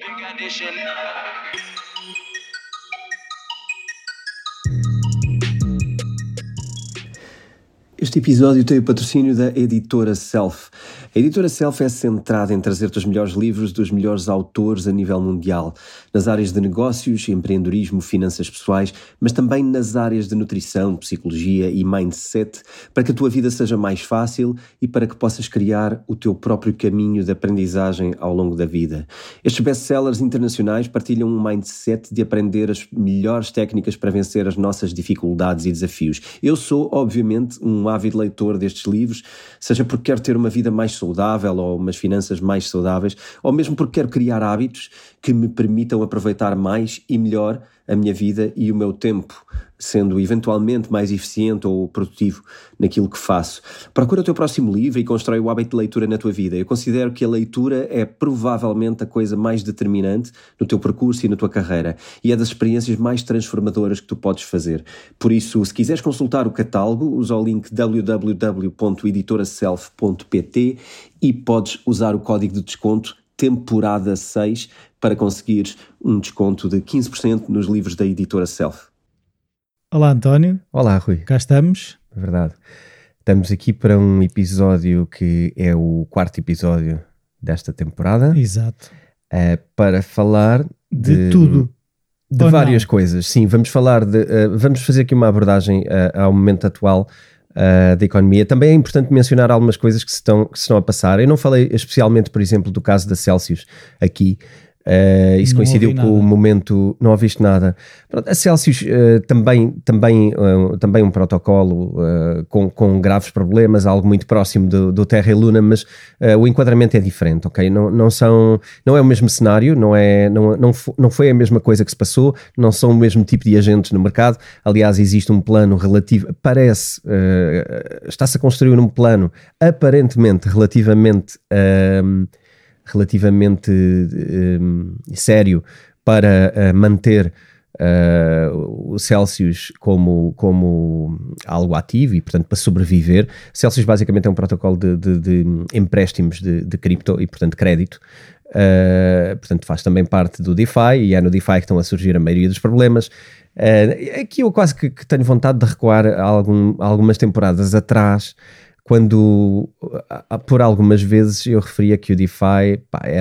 Este episódio tem o patrocínio da Editora Self. A Editora Self é centrada em trazer-te os melhores livros dos melhores autores a nível mundial, nas áreas de negócios, empreendedorismo, finanças pessoais, mas também nas áreas de nutrição, psicologia e mindset, para que a tua vida seja mais fácil e para que possas criar o teu próprio caminho de aprendizagem ao longo da vida. Estes best-sellers internacionais partilham um mindset de aprender as melhores técnicas para vencer as nossas dificuldades e desafios. Eu sou, obviamente, um ávido leitor destes livros, seja porque quero ter uma vida mais saudável ou umas finanças mais saudáveis, ou mesmo porque quero criar hábitos que me permitam aproveitar mais e melhor a minha vida e o meu tempo, sendo eventualmente mais eficiente ou produtivo naquilo que faço. Procura o teu próximo livro e constrói o hábito de leitura na tua vida. Eu considero que a leitura é provavelmente a coisa mais determinante no teu percurso e na tua carreira, e é das experiências mais transformadoras que tu podes fazer. Por isso, se quiseres consultar o catálogo, usa o link www.editoraself.pt e podes usar o código de desconto temporada 6 para conseguires um desconto de 15% nos livros da Editora Self. Olá, António. Olá, Rui. Cá estamos. É verdade. Estamos aqui para um episódio que é o 4º episódio desta temporada. Exato. Para falar de tudo. De Ou várias não? coisas. Sim, vamos falar vamos fazer aqui uma abordagem ao momento atual da economia. Também é importante mencionar algumas coisas que se estão a passar. Eu não falei especialmente, por exemplo, do caso da Celsius aqui. Isso Não coincidiu ouvi com o nada. momento, não ouviste nada. Pronto, a Celsius também um protocolo com graves problemas, algo muito próximo do Terra e Luna, mas o enquadramento é diferente, ok? Não é o mesmo cenário, não foi a mesma coisa que se passou, não são o mesmo tipo de agentes no mercado. Aliás, existe um plano relativo, está-se a construir um plano aparentemente relativamente sério para manter o Celsius como algo ativo e, portanto, para sobreviver. Celsius basicamente é um protocolo de empréstimos de cripto e, portanto, crédito. Portanto, faz também parte do DeFi e é no DeFi que estão a surgir a maioria dos problemas. Aqui eu quase que tenho vontade de recuar algumas temporadas atrás, quando por algumas vezes eu referia que o DeFi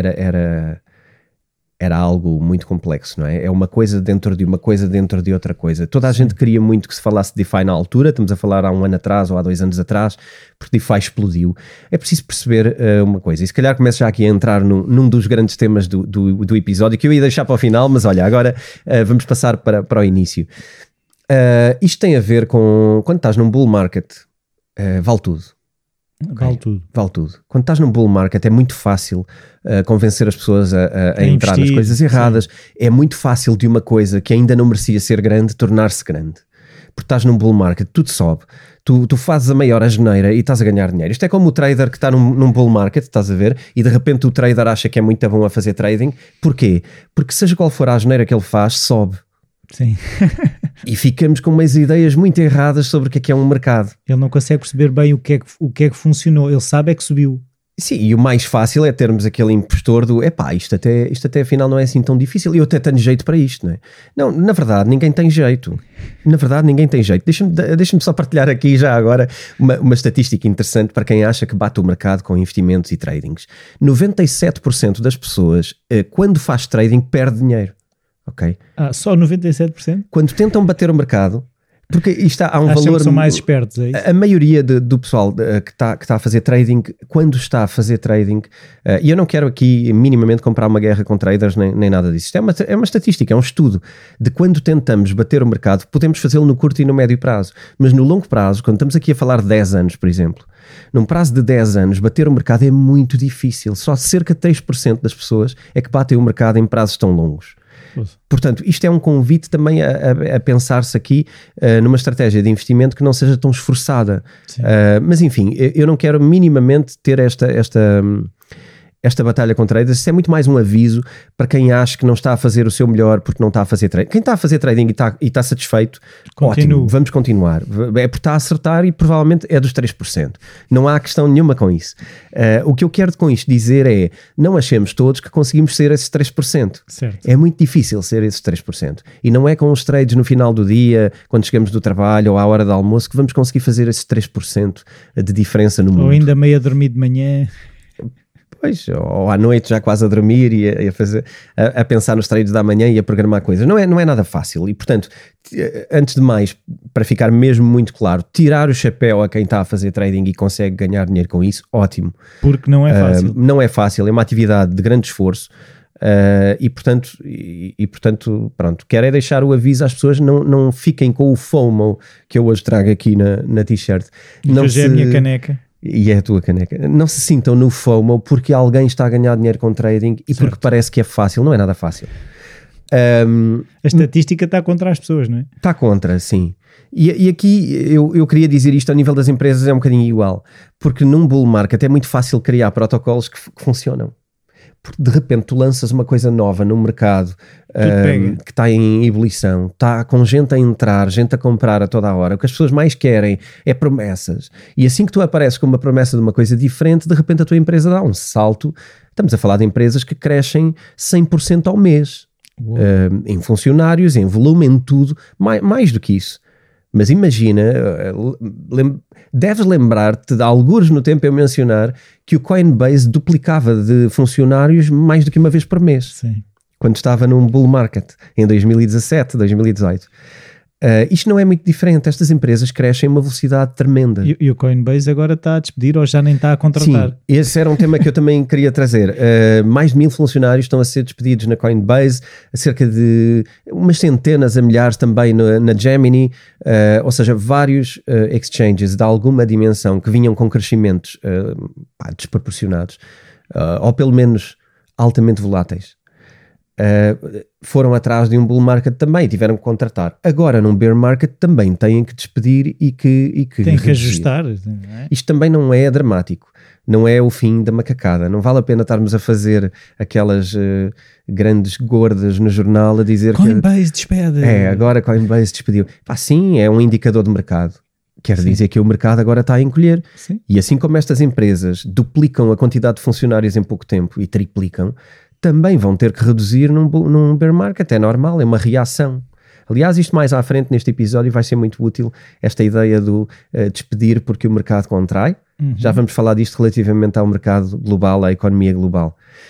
era algo muito complexo, não é? É uma coisa dentro de uma coisa dentro de outra coisa. Toda a gente queria muito que se falasse de DeFi na altura, estamos a falar há um ano atrás ou há 2 anos atrás, porque DeFi explodiu. É preciso perceber uma coisa, e se calhar começo já aqui a entrar num dos grandes temas do episódio, que eu ia deixar para o final, mas olha, agora vamos passar para o início. Isto tem a ver com quando estás num bull market, vale tudo. Okay. Vale tudo. Quando estás num bull market é muito fácil convencer as pessoas a entrar nas coisas erradas. Sim. É muito fácil de uma coisa que ainda não merecia ser grande tornar-se grande. Porque estás num bull market, tudo sobe. Tu fazes a maior asneira e estás a ganhar dinheiro. Isto é como o trader que está num bull market, estás a ver, e de repente o trader acha que é muito bom a fazer trading. Porquê? Porque seja qual for a asneira que ele faz, sobe. Sim. E ficamos com umas ideias muito erradas sobre o que é um mercado. Ele não consegue perceber bem o que é que funcionou. Ele sabe é que subiu. Sim, e o mais fácil é termos aquele impostor do isto até afinal não é assim tão difícil, e eu até tenho jeito para isto, não é? Não, na verdade ninguém tem jeito. Deixa-me só partilhar aqui já agora uma estatística interessante para quem acha que bate o mercado com investimentos e tradings. 97% das pessoas, quando faz trading, perde dinheiro. Ok? Só 97%? Quando tentam bater o mercado, porque isto há um valor... que são mais espertos, é isso? A maioria do pessoal que está a fazer trading, quando está a fazer trading, e eu não quero aqui minimamente comprar uma guerra com traders nem nada disso, isto é uma estatística, é um estudo de quando tentamos bater o mercado, podemos fazê-lo no curto e no médio prazo, mas no longo prazo, quando estamos aqui a falar de 10 anos, por exemplo, num prazo de 10 anos, bater o mercado é muito difícil, só cerca de 3% das pessoas é que batem o mercado em prazos tão longos. Portanto, isto é um convite também a pensar-se aqui numa estratégia de investimento que não seja tão esforçada. Mas enfim, eu não quero minimamente ter esta esta batalha com traders, isso é muito mais um aviso para quem acha que não está a fazer o seu melhor porque não está a fazer trading. Quem está a fazer trading e está satisfeito, ótimo, vamos continuar. É porque está a acertar e provavelmente é dos 3%. Não há questão nenhuma com isso. O que eu quero com isto dizer é, não achemos todos que conseguimos ser esses 3%. Certo. É muito difícil ser esses 3%. E não é com os trades no final do dia, quando chegamos do trabalho ou à hora do almoço, que vamos conseguir fazer esses 3% de diferença no mundo. Ou ainda meio a dormir de manhã. Pois, ou à noite já quase a dormir e a pensar nos trades da manhã e a programar coisas. Não é nada fácil. E, portanto, antes de mais, para ficar mesmo muito claro, tirar o chapéu a quem está a fazer trading e consegue ganhar dinheiro com isso, ótimo. Porque não é fácil. Não é fácil, é uma atividade de grande esforço. E portanto, pronto, quero é deixar o aviso às pessoas, não fiquem com o FOMO que eu hoje trago aqui na t-shirt. Hoje é a minha caneca. E é a tua caneca. Não se sintam no FOMO porque alguém está a ganhar dinheiro com trading e porque parece que é fácil. Não é nada fácil. A estatística está contra as pessoas, não é? Está contra, sim. E aqui eu queria dizer isto, ao nível das empresas é um bocadinho igual, porque num bull market é muito fácil criar protocolos que funcionam. Porque de repente tu lanças uma coisa nova no mercado que está em ebulição, está com gente a entrar, gente a comprar a toda a hora. O que as pessoas mais querem é promessas. E assim que tu apareces com uma promessa de uma coisa diferente, de repente a tua empresa dá um salto. Estamos a falar de empresas que crescem 100% ao mês. Em funcionários, em volume, em tudo. Mais do que isso. Mas imagina, deves lembrar-te de algures no tempo eu mencionar que o Coinbase duplicava de funcionários mais do que uma vez por mês. Sim. Quando estava num bull market, em 2017, 2018. Isto não é muito diferente. Estas empresas crescem a uma velocidade tremenda. E o Coinbase agora está a despedir ou já nem está a contratar? Sim, esse era um tema que eu também queria trazer. Mais de 1000 funcionários estão a ser despedidos na Coinbase, cerca de umas centenas a milhares também na Gemini, ou seja, vários exchanges de alguma dimensão que vinham com crescimentos desproporcionados, ou pelo menos altamente voláteis. Foram atrás de um bull market também e tiveram que contratar. Agora num bear market também têm que despedir e que tem que ajustar, não é? Isto também não é dramático, não é o fim da macacada, não vale a pena estarmos a fazer aquelas grandes gordas no jornal a dizer Coinbase despede. Agora Coinbase despediu. Sim, é um indicador de mercado. Quer dizer que o mercado agora está a encolher. Sim. E assim como estas empresas duplicam a quantidade de funcionários em pouco tempo e triplicam, também vão ter que reduzir num bear market, é normal, é uma reação. Aliás, isto mais à frente neste episódio vai ser muito útil, esta ideia do despedir porque o mercado contrai. Já vamos falar disto relativamente ao mercado global, à economia global.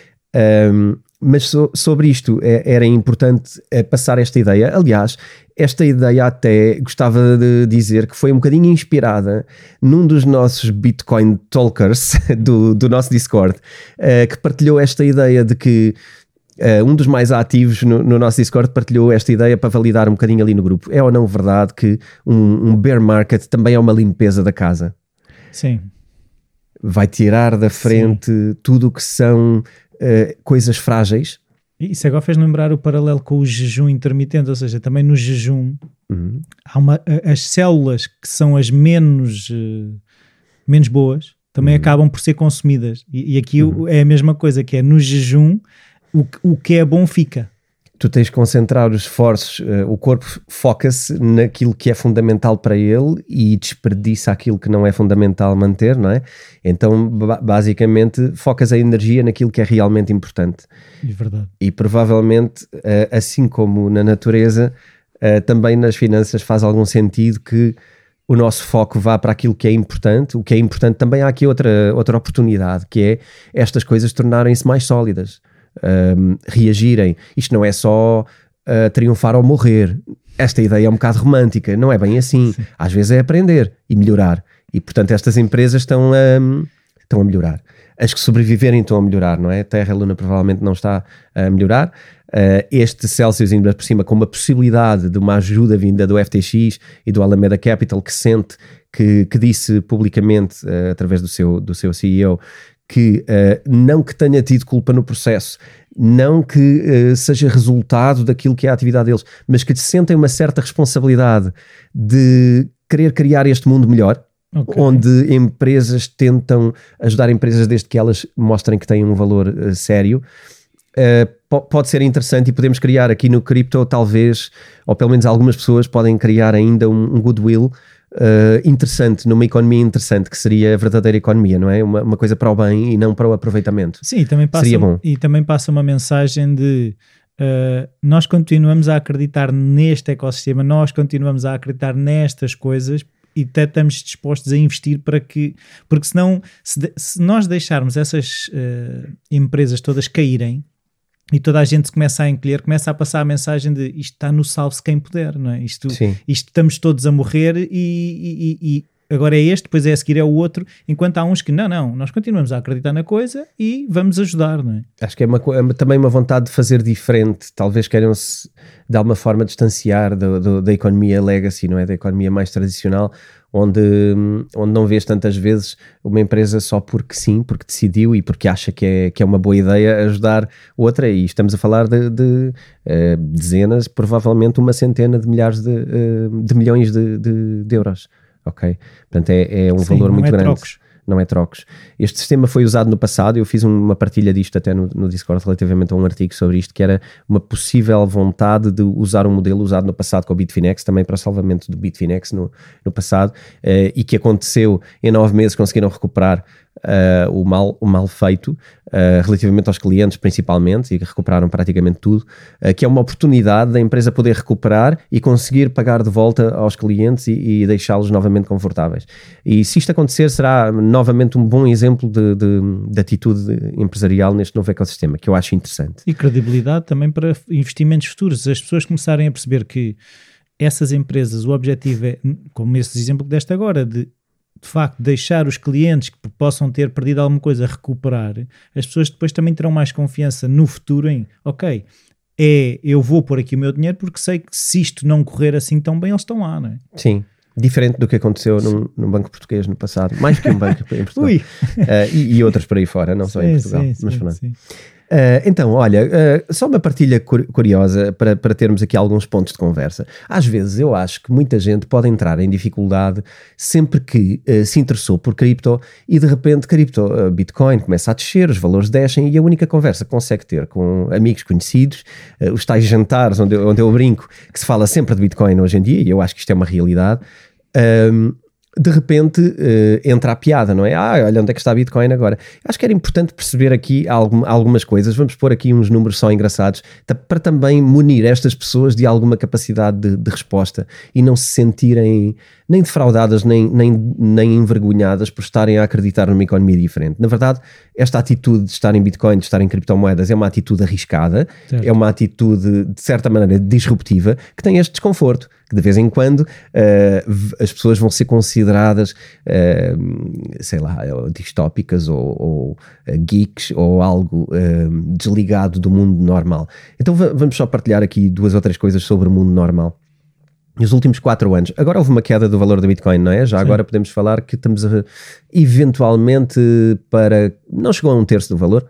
Mas sobre isto era importante passar esta ideia. Aliás, esta ideia até gostava de dizer que foi um bocadinho inspirada num dos nossos Bitcoin Talkers do nosso Discord, que partilhou esta ideia de que um dos mais ativos no nosso Discord partilhou esta ideia para validar um bocadinho ali no grupo. É ou não verdade que um bear market também é uma limpeza da casa? Sim. Vai tirar da frente tudo o que são coisas frágeis. Isso agora fez lembrar o paralelo com o jejum intermitente, ou seja, também no jejum há as células que são as menos boas também acabam por ser consumidas e aqui é a mesma coisa, que é no jejum o que é bom fica. Tu tens de concentrar os esforços, o corpo foca-se naquilo que é fundamental para ele e desperdiça aquilo que não é fundamental manter, não é? Então, basicamente, focas a energia naquilo que é realmente importante. É verdade. E provavelmente, assim como na natureza, também nas finanças faz algum sentido que o nosso foco vá para aquilo que é importante. O que é importante também há aqui outra oportunidade, que é estas coisas tornarem-se mais sólidas. Reagirem. Isto não é só triunfar ou morrer. Esta ideia é um bocado romântica, não é bem assim. Sim. Às vezes é aprender e melhorar. E portanto estas empresas estão a melhorar. As que sobreviverem estão a melhorar, não é? A Terra, a Luna provavelmente não está a melhorar. Este Celsius ainda por cima com uma possibilidade de uma ajuda vinda do FTX e do Alameda Capital, que sente, que disse publicamente através do seu CEO que não que tenha tido culpa no processo, não que seja resultado daquilo que é a atividade deles, mas que sentem uma certa responsabilidade de querer criar este mundo melhor, onde empresas tentam ajudar empresas desde que elas mostrem que têm um valor sério. Pode ser interessante e podemos criar aqui no Crypto, talvez, ou pelo menos algumas pessoas podem criar ainda um goodwill interessante, numa economia interessante, que seria a verdadeira economia, não é? Uma coisa para o bem e não para o aproveitamento. Sim, seria bom. E também passa uma mensagem de nós continuamos a acreditar neste ecossistema, nós continuamos a acreditar nestas coisas e até estamos dispostos a investir porque senão, se nós deixarmos essas empresas todas caírem e toda a gente se começa a encolher, começa a passar a mensagem de isto está no salve-se quem puder, não é? Isto estamos todos a morrer e agora é este, depois é a seguir é o outro, enquanto há uns que não, nós continuamos a acreditar na coisa e vamos ajudar, não é? Acho que é também uma vontade de fazer diferente, talvez queiram-se de alguma forma distanciar da economia legacy, não é? Da economia mais tradicional, onde não vês tantas vezes uma empresa só porque sim, porque decidiu e porque acha que é uma boa ideia ajudar outra, e estamos a falar de dezenas, provavelmente uma centena de milhares de milhões de euros. Ok? Portanto, é um valor muito grande. Trocos. Não é trocos. Este sistema foi usado no passado, eu fiz uma partilha disto até no Discord relativamente a um artigo sobre isto, que era uma possível vontade de usar um modelo usado no passado com o Bitfinex, também para o salvamento do Bitfinex no passado, e que aconteceu em 9 meses, conseguiram recuperar o mal feito relativamente aos clientes principalmente, e recuperaram praticamente tudo, que é uma oportunidade da empresa poder recuperar e conseguir pagar de volta aos clientes e deixá-los novamente confortáveis. E se isto acontecer, será novamente um bom exemplo de atitude empresarial neste novo ecossistema, que eu acho interessante. E credibilidade também para investimentos futuros. Se as pessoas começarem a perceber que essas empresas, o objetivo é, como esse exemplo que deste agora, de facto deixar os clientes que possam ter perdido alguma coisa recuperar, as pessoas depois também terão mais confiança no futuro em, ok, eu vou pôr aqui o meu dinheiro porque sei que se isto não correr assim tão bem, eles estão lá, não é? Sim. Diferente do que aconteceu num banco português no passado, mais que um banco em Portugal. E outros por aí fora, não só em Portugal. Sim. Então, olha, só uma partilha curiosa para termos aqui alguns pontos de conversa. Às vezes eu acho que muita gente pode entrar em dificuldade sempre que se interessou por cripto e de repente Bitcoin começa a descer, os valores descem e a única conversa que consegue ter com amigos conhecidos, os tais jantares onde eu brinco, que se fala sempre de Bitcoin hoje em dia, e eu acho que isto é uma realidade, de repente entra a piada, não é? Olha onde é que está a Bitcoin agora. Acho que era importante perceber aqui algumas coisas. Vamos pôr aqui uns números só engraçados para também munir estas pessoas de alguma capacidade de resposta e não se sentirem nem defraudadas nem envergonhadas por estarem a acreditar numa economia diferente. Na verdade, esta atitude de estar em Bitcoin, de estar em criptomoedas, é uma atitude arriscada, certo. É uma atitude de certa maneira disruptiva, que tem este desconforto, que de vez em quando as pessoas vão ser consideradas sei lá, distópicas ou geeks ou algo desligado do mundo normal. Então vamos só partilhar aqui 2 ou 3 coisas sobre o mundo normal. Nos últimos 4 anos, agora houve uma queda do valor do Bitcoin, não é? Já Sim. Agora podemos falar que estamos eventualmente não chegou a 1/3 do valor,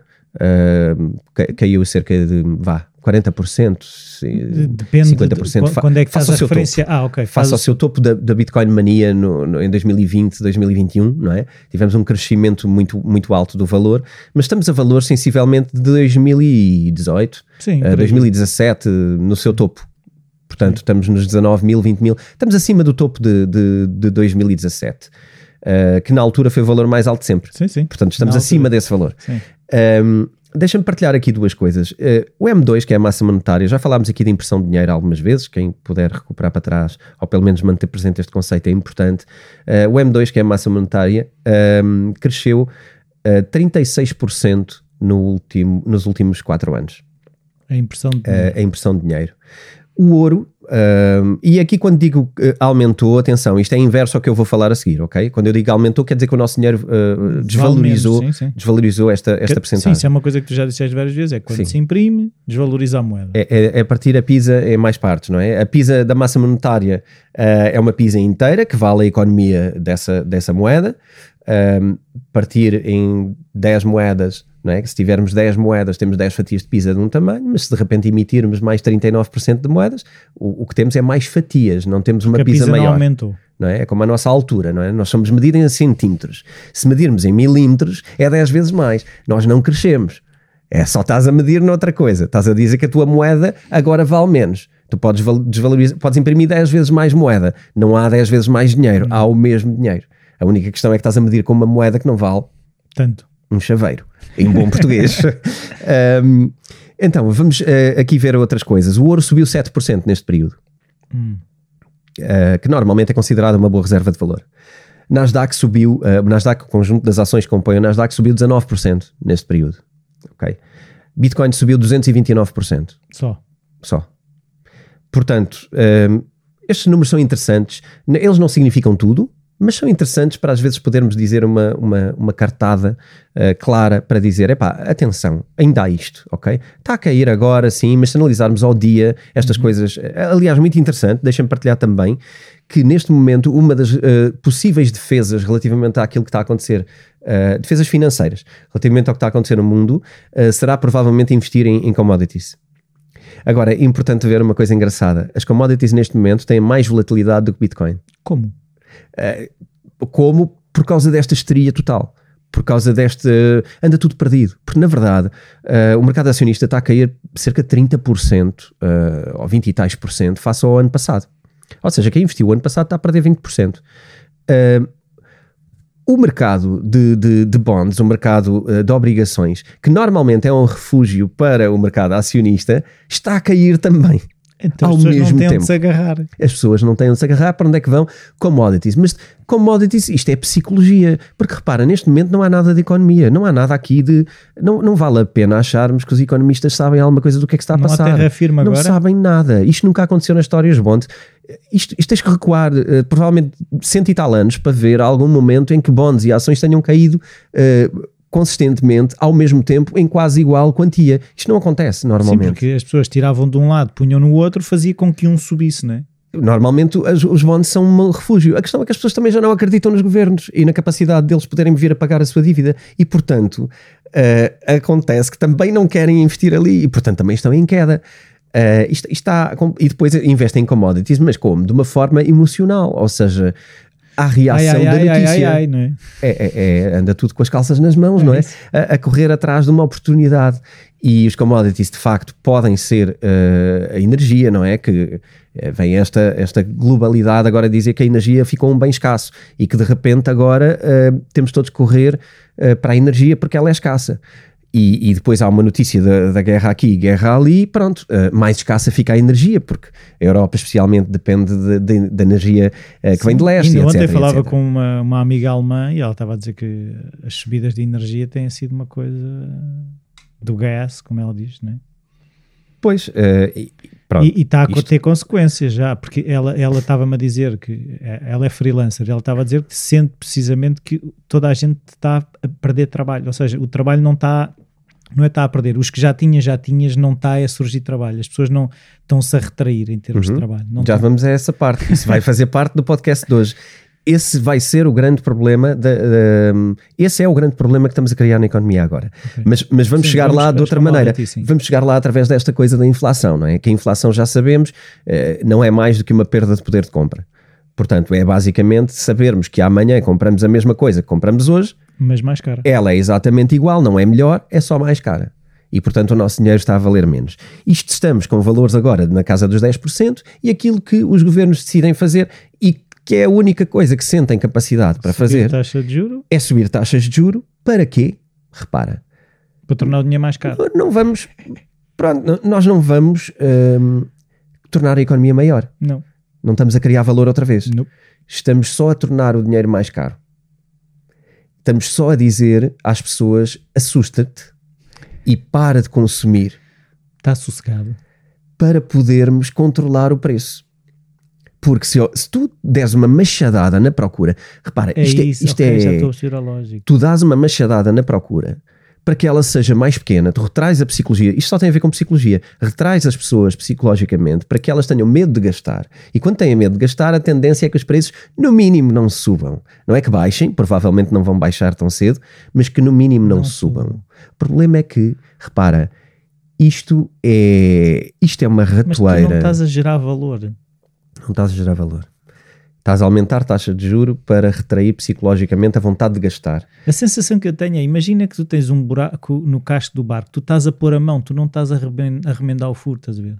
caiu cerca de 40%, depende 50%. Quando é que faz a referência? Face ao seu topo da Bitcoin mania em 2020, 2021, não é? Tivemos um crescimento muito, muito alto do valor, mas estamos a valor sensivelmente de 2018, Sim, 2017, no seu topo. Portanto, estamos nos 19 mil, 20 mil, estamos acima do topo de 2017, que na altura foi o valor mais alto de sempre. Sim. Portanto, estamos acima desse valor. Deixa-me partilhar aqui 2 coisas. O M2, que é a massa monetária, já falámos aqui de impressão de dinheiro algumas vezes, quem puder recuperar para trás, ou pelo menos manter presente este conceito é importante. O M2, que é a massa monetária, cresceu 36% nos últimos 4 anos. A impressão de dinheiro. O ouro, e aqui quando digo aumentou, atenção, isto é inverso ao que eu vou falar a seguir, ok? Quando eu digo aumentou, quer dizer que o nosso dinheiro desvalorizou, desvalorizou esta percentagem. Sim, isso é uma coisa que tu já disseste várias vezes, é quando se imprime, desvaloriza a moeda. É partir a PISA em mais partes, não é? A PISA da massa monetária é uma PISA inteira, que vale a economia dessa moeda. Partir em 10 moedas não é? Que se tivermos 10 moedas, temos 10 fatias de pizza de um tamanho, mas se de repente emitirmos mais 39% de moedas, o que temos é mais fatias, não temos uma pizza maior. Não aumentou. Não é? É como a nossa altura, não é? Nós somos medidos em centímetros. Se medirmos em milímetros, é 10 vezes mais. Nós não crescemos. É só estás a medir noutra coisa. Estás a dizer que a tua moeda agora vale menos. Tu podes desvalorizar, podes imprimir 10 vezes mais moeda. Não há 10 vezes mais dinheiro, há o mesmo dinheiro. A única questão é que estás a medir com uma moeda que não vale tanto. Um chaveiro, em bom português. Então, vamos aqui ver outras coisas. O ouro subiu 7% neste período, que normalmente é considerado uma boa reserva de valor. Nasdaq subiu, o Nasdaq, o conjunto das ações que compõem o Nasdaq, subiu 19% neste período. Okay. Bitcoin subiu 229%. Só. Portanto, estes números são interessantes. Eles não significam tudo, mas são interessantes para às vezes podermos dizer uma cartada clara para dizer, atenção, ainda há isto, ok? Está a cair agora, sim, mas se analisarmos ao dia estas coisas, aliás, muito interessante, deixem-me partilhar também, que neste momento uma das possíveis defesas relativamente àquilo que está a acontecer, defesas financeiras, relativamente ao que está a acontecer no mundo, será provavelmente investir em commodities. Agora, é importante ver uma coisa engraçada, as commodities neste momento têm mais volatilidade do que Bitcoin. Como? Por causa desta histeria total, por causa deste anda tudo perdido, porque na verdade o mercado acionista está a cair cerca de 30% ou 20 e tais por cento face ao ano passado, ou seja, quem investiu o ano passado está a perder 20%. O mercado de bonds, o mercado de obrigações, que normalmente é um refúgio para o mercado acionista, está a cair também. Então as pessoas não têm onde se agarrar. As pessoas não têm onde se agarrar. Para onde é que vão? Commodities. Mas commodities, isto é psicologia. Porque repara, neste momento não há nada de economia. Não há nada aqui de... Não vale a pena acharmos que os economistas sabem alguma coisa do que é que está a passar. Não há terra firme agora. Não sabem nada. Isto nunca aconteceu na história dos bonds. Isto tens que recuar provavelmente 100 e tal anos para ver algum momento em que bonds e ações tenham caído consistentemente ao mesmo tempo em quase igual quantia. Isto não acontece normalmente. Sim, porque as pessoas tiravam de um lado, punham no outro, fazia com que um subisse, não é? Normalmente os bonds são um refúgio. A questão é que as pessoas também já não acreditam nos governos e na capacidade deles poderem vir a pagar a sua dívida e, portanto, acontece que também não querem investir ali e, portanto, também estão em queda. E depois investem em commodities, mas como? De uma forma emocional, ou seja, há reação da notícia. Não é? Anda tudo com as calças nas mãos, não é? A correr atrás de uma oportunidade. E os commodities, de facto, podem ser a energia, não é? Que vem esta globalidade agora a dizer que a energia ficou um bem escasso e que de repente agora temos todos que correr para a energia porque ela é escassa. E depois há uma notícia da guerra aqui e guerra ali, pronto, mais escassa fica a energia, porque a Europa especialmente depende da energia que vem de leste, etc. Ontem falava etc. com uma amiga alemã e ela estava a dizer que as subidas de energia têm sido uma coisa do gás, como ela diz, não é? Pois, pronto. E está a ter consequências já, porque ela estava-me a dizer que ela é freelancer, ela estava a dizer que sente precisamente que toda a gente está a perder trabalho, ou seja, o trabalho não está a perder, os que já tinhas, não está a surgir trabalho, as pessoas não estão-se a retrair em termos de trabalho. Vamos a essa parte, isso vai fazer parte do podcast de hoje. Esse vai ser o grande problema, esse é o grande problema que estamos a criar na economia agora. Okay. Mas vamos chegar lá de outra maneira. Vamos chegar lá através desta coisa da inflação, não é? Que a inflação, já sabemos, não é mais do que uma perda de poder de compra. Portanto, é basicamente sabermos que amanhã compramos a mesma coisa que compramos hoje, mas mais cara. Ela é exatamente igual, não é melhor, é só mais cara. E, portanto, o nosso dinheiro está a valer menos. Isto estamos com valores agora na casa dos 10% e aquilo que os governos decidem fazer e que é a única coisa que sentem capacidade para fazer taxa de juro? É subir taxas de juro. Para quê? Repara. Para tornar o dinheiro mais caro. Nós não vamos tornar a economia maior. Não. Não estamos a criar valor outra vez. Não. Estamos só a tornar o dinheiro mais caro. Estamos só a dizer às pessoas: assusta-te e para de consumir. Está sossegado. Para podermos controlar o preço. Porque se tu des uma machadada na procura, repara, isto já estou a ser a lógica. Tu dás uma machadada na procura para que ela seja mais pequena, tu retrais a psicologia, isto só tem a ver com psicologia, retrais as pessoas psicologicamente para que elas tenham medo de gastar. E quando têm medo de gastar, a tendência é que os preços, no mínimo, não subam. Não é que baixem, provavelmente não vão baixar tão cedo, mas que no mínimo não subam. O problema é que, repara, isto é uma ratoeira. Mas tu não estás a gerar valor. Não estás a gerar valor. Estás a aumentar a taxa de juro para retrair psicologicamente a vontade de gastar. A sensação que eu tenho é, imagina que tu tens um buraco no casco do barco, tu estás a pôr a mão, tu não estás a remendar o furo, estás a ver?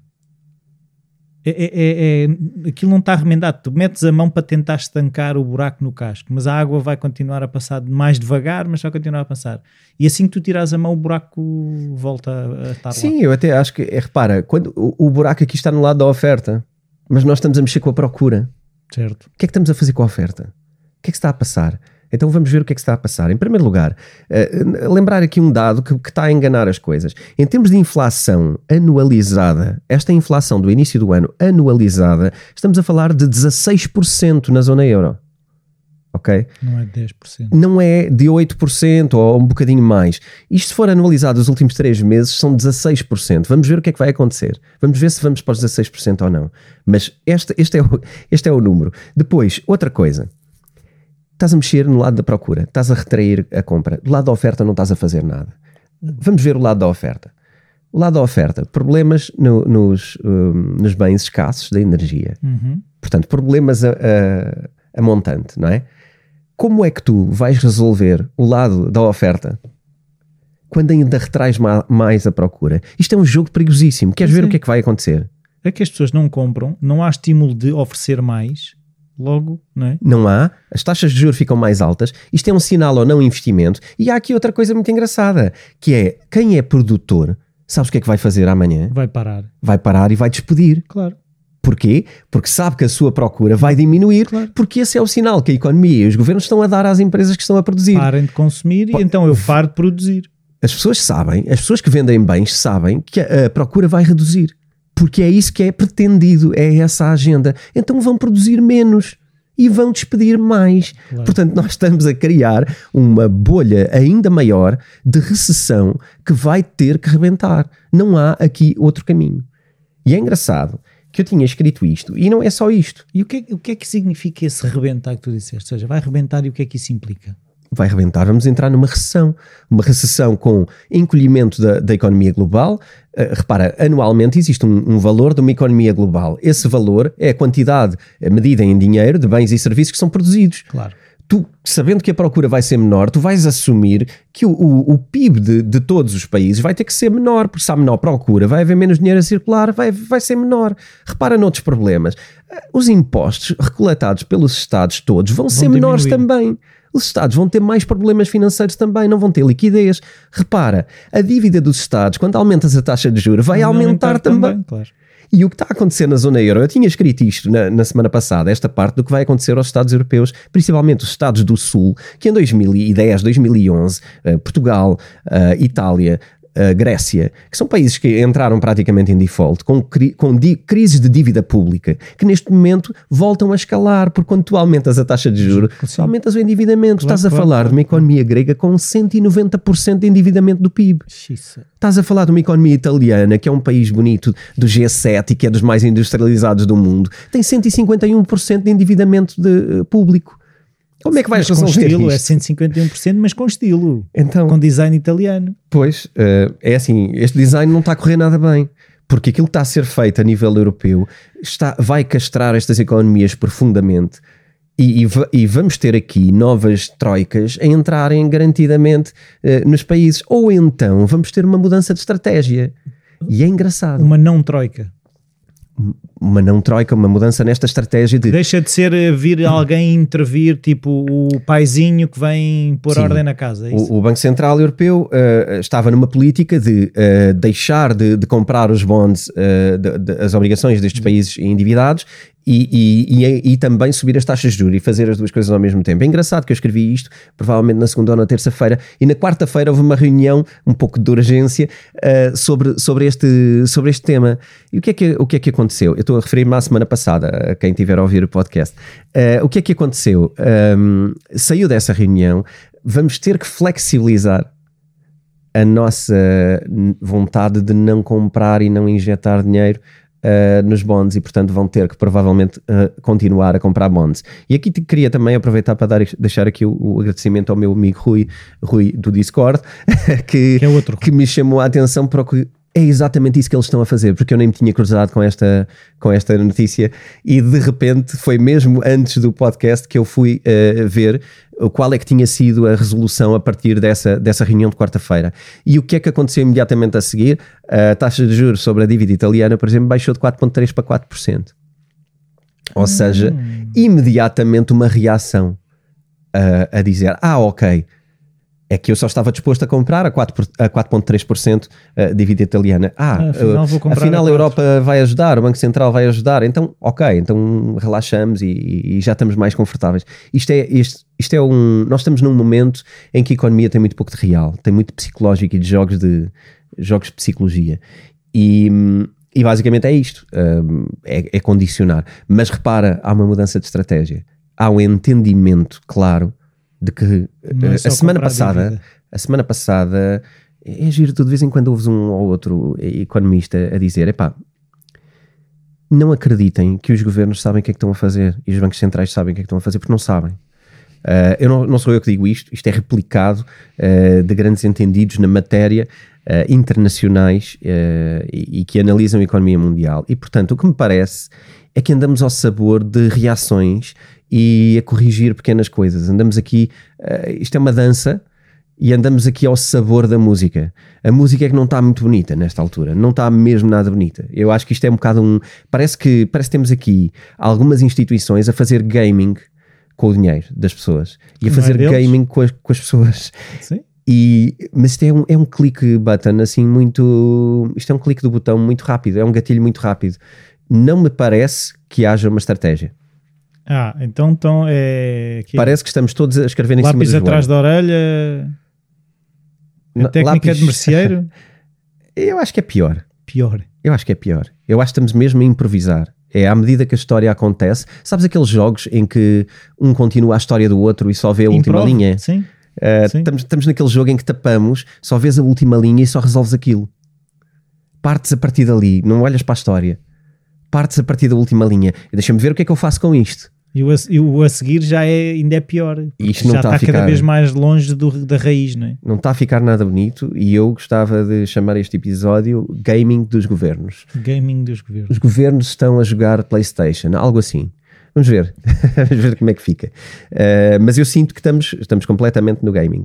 Aquilo não está remendado, tu metes a mão para tentar estancar o buraco no casco, mas a água vai continuar a passar mais devagar, mas vai continuar a passar. E assim que tu tiras a mão, o buraco volta a estar lá. Sim, eu até acho que, repara, quando o buraco aqui está no lado da oferta, mas nós estamos a mexer com a procura. Certo. O que é que estamos a fazer com a oferta? O que é que se está a passar? Então vamos ver o que é que se está a passar. Em primeiro lugar, lembrar aqui um dado que está a enganar as coisas. Em termos de inflação anualizada, esta inflação do início do ano anualizada, estamos a falar de 16% na zona euro. Ok? Não é 10%. Não é de 8% ou um bocadinho mais. Isto se for anualizado os últimos 3 meses, são 16%. Vamos ver o que é que vai acontecer. Vamos ver se vamos para os 16% ou não. Mas este é o número. Depois, outra coisa. Estás a mexer no lado da procura. Estás a retrair a compra. Do lado da oferta não estás a fazer nada. Vamos ver o lado da oferta. O lado da oferta. Problemas nos bens escassos da energia. Uhum. Portanto, problemas a montante, não é? Como é que tu vais resolver o lado da oferta quando ainda retrais mais a procura? Isto é um jogo perigosíssimo. Queres ver o que é que vai acontecer? É que as pessoas não compram, não há estímulo de oferecer mais, logo, não é? Não há, as taxas de juros ficam mais altas, isto é um sinal ou não investimento. E há aqui outra coisa muito engraçada, que é, quem é produtor, sabes o que é que vai fazer amanhã? Vai parar. Vai parar e vai despedir. Claro. Porquê? Porque sabe que a sua procura vai diminuir, claro. Porque esse é o sinal que a economia e os governos estão a dar às empresas que estão a produzir. Parem de consumir e então eu paro de produzir. As pessoas sabem, as pessoas que vendem bens sabem que a procura vai reduzir, porque é isso que é pretendido, é essa a agenda. Então vão produzir menos e vão despedir mais. Claro. Portanto, nós estamos a criar uma bolha ainda maior de recessão que vai ter que rebentar. Não há aqui outro caminho. E é engraçado que eu tinha escrito isto, e não é só isto. E o que é que significa esse rebentar que tu disseste? Ou seja, vai rebentar e o que é que isso implica? Vai rebentar, vamos entrar numa recessão com encolhimento da economia global. Repara, anualmente existe um valor de uma economia global. Esse valor é a quantidade medida em dinheiro de bens e serviços que são produzidos. Claro. Tu, sabendo que a procura vai ser menor, tu vais assumir que o PIB de todos os países vai ter que ser menor, porque se há menor procura, vai haver menos dinheiro a circular, vai ser menor. Repara noutros problemas. Os impostos recoletados pelos Estados todos vão ser menores também. Os Estados vão ter mais problemas financeiros também, não vão ter liquidez. Repara, a dívida dos Estados, quando aumentas a taxa de juros, vai aumentar também. Claro. E o que está a acontecer na zona euro, eu tinha escrito isto na semana passada, esta parte do que vai acontecer aos Estados europeus, principalmente os Estados do Sul, que em 2010, 2011, Portugal, Itália, Grécia, que são países que entraram praticamente em default, com crises de dívida pública, que neste momento voltam a escalar, porque quando tu aumentas a taxa de juros, tu aumentas o endividamento. Estás a falar de uma economia grega com 190% de endividamento do PIB. Estás a falar de uma economia italiana, que é um país bonito do G7 e que é dos mais industrializados do mundo, tem 151% de endividamento público. Como é que vais resolver estilo, isto? É 151%, mas com estilo, então, com design italiano. Pois, é assim, este design não está a correr nada bem, porque aquilo que está a ser feito a nível europeu vai castrar estas economias profundamente e vamos ter aqui novas troicas a entrarem garantidamente nos países, ou então vamos ter uma mudança de estratégia. E é engraçado. Uma não troika. Uma não troika, uma mudança nesta estratégia de... Deixa de ser vir alguém intervir, tipo o paizinho que vem pôr ordem na casa. É isso? O Banco Central Europeu estava numa política de deixar de comprar os bonds, as obrigações destes países endividados e também subir as taxas de juros e fazer as duas coisas ao mesmo tempo. É engraçado que eu escrevi isto, provavelmente na segunda ou na terça-feira, e na quarta-feira houve uma reunião, um pouco de urgência, sobre este tema. E o que é que aconteceu? Eu estou a referir-me à semana passada, a quem tiver a ouvir o podcast. O que é que aconteceu? Saiu dessa reunião, vamos ter que flexibilizar a nossa vontade de não comprar e não injetar dinheiro nos bonds, e portanto vão ter que provavelmente continuar a comprar bonds. E aqui queria também aproveitar para deixar aqui o agradecimento ao meu amigo Rui do Discord, que me chamou a atenção para o que é exatamente isso que eles estão a fazer, porque eu nem me tinha cruzado com esta notícia, e de repente foi mesmo antes do podcast que eu fui ver qual é que tinha sido a resolução a partir dessa reunião de quarta-feira. E o que é que aconteceu imediatamente a seguir? A taxa de juros sobre a dívida italiana, por exemplo, baixou de 4,3% para 4%. Ou seja, imediatamente uma reação a dizer, ok, é que eu só estava disposto a comprar a 4,3% dívida italiana. Afinal a Europa vai ajudar, o Banco Central vai ajudar, então então relaxamos e já estamos mais confortáveis. Nós estamos num momento em que a economia tem muito pouco de real, tem muito de psicológico e de jogos de psicologia. E basicamente é isto, é condicionar. Mas repara, há uma mudança de estratégia, há um entendimento claro de que a semana passada é giro, tu de vez em quando ouves um ou outro economista a dizer, não acreditem que os governos sabem o que é que estão a fazer e os bancos centrais sabem o que é que estão a fazer, porque não sabem. Não sou eu que digo isto é replicado de grandes entendidos na matéria, internacionais, e que analisam a economia mundial. E portanto o que me parece é que andamos ao sabor de reações e a corrigir pequenas coisas. Andamos aqui, isto é uma dança, e andamos aqui ao sabor da música. A música é que não está muito bonita nesta altura, não está mesmo nada bonita. Eu acho que isto é um bocado parece que temos aqui algumas instituições a fazer gaming com o dinheiro das pessoas e a fazer gaming com as pessoas. Sim. Mas isto é um click button assim muito, isto é um clique do botão muito rápido, é um gatilho muito rápido. Não me parece que haja uma estratégia. Então parece que estamos todos a escrever em cima do lápis atrás da orelha, a técnica de merceeiro. Eu acho que é pior. Eu acho que é pior. Eu acho que estamos mesmo a improvisar. À medida que a história acontece. Sabes aqueles jogos em que um continua a história do outro e só vê a última linha? Sim. Estamos naquele jogo em que tapamos, só vês a última linha e só resolves aquilo. Partes a partir dali, não olhas para a história. Partes a partir da última linha. Deixa-me ver o que é que eu faço com isto. E o a seguir ainda é pior. Isto não já está cada vez mais longe da raiz, não é? Não está a ficar nada bonito, e eu gostava de chamar este episódio Gaming dos Governos. Gaming dos Governos. Os governos estão a jogar PlayStation, algo assim. Vamos ver. Vamos ver como é que fica. Mas eu sinto que estamos completamente no gaming.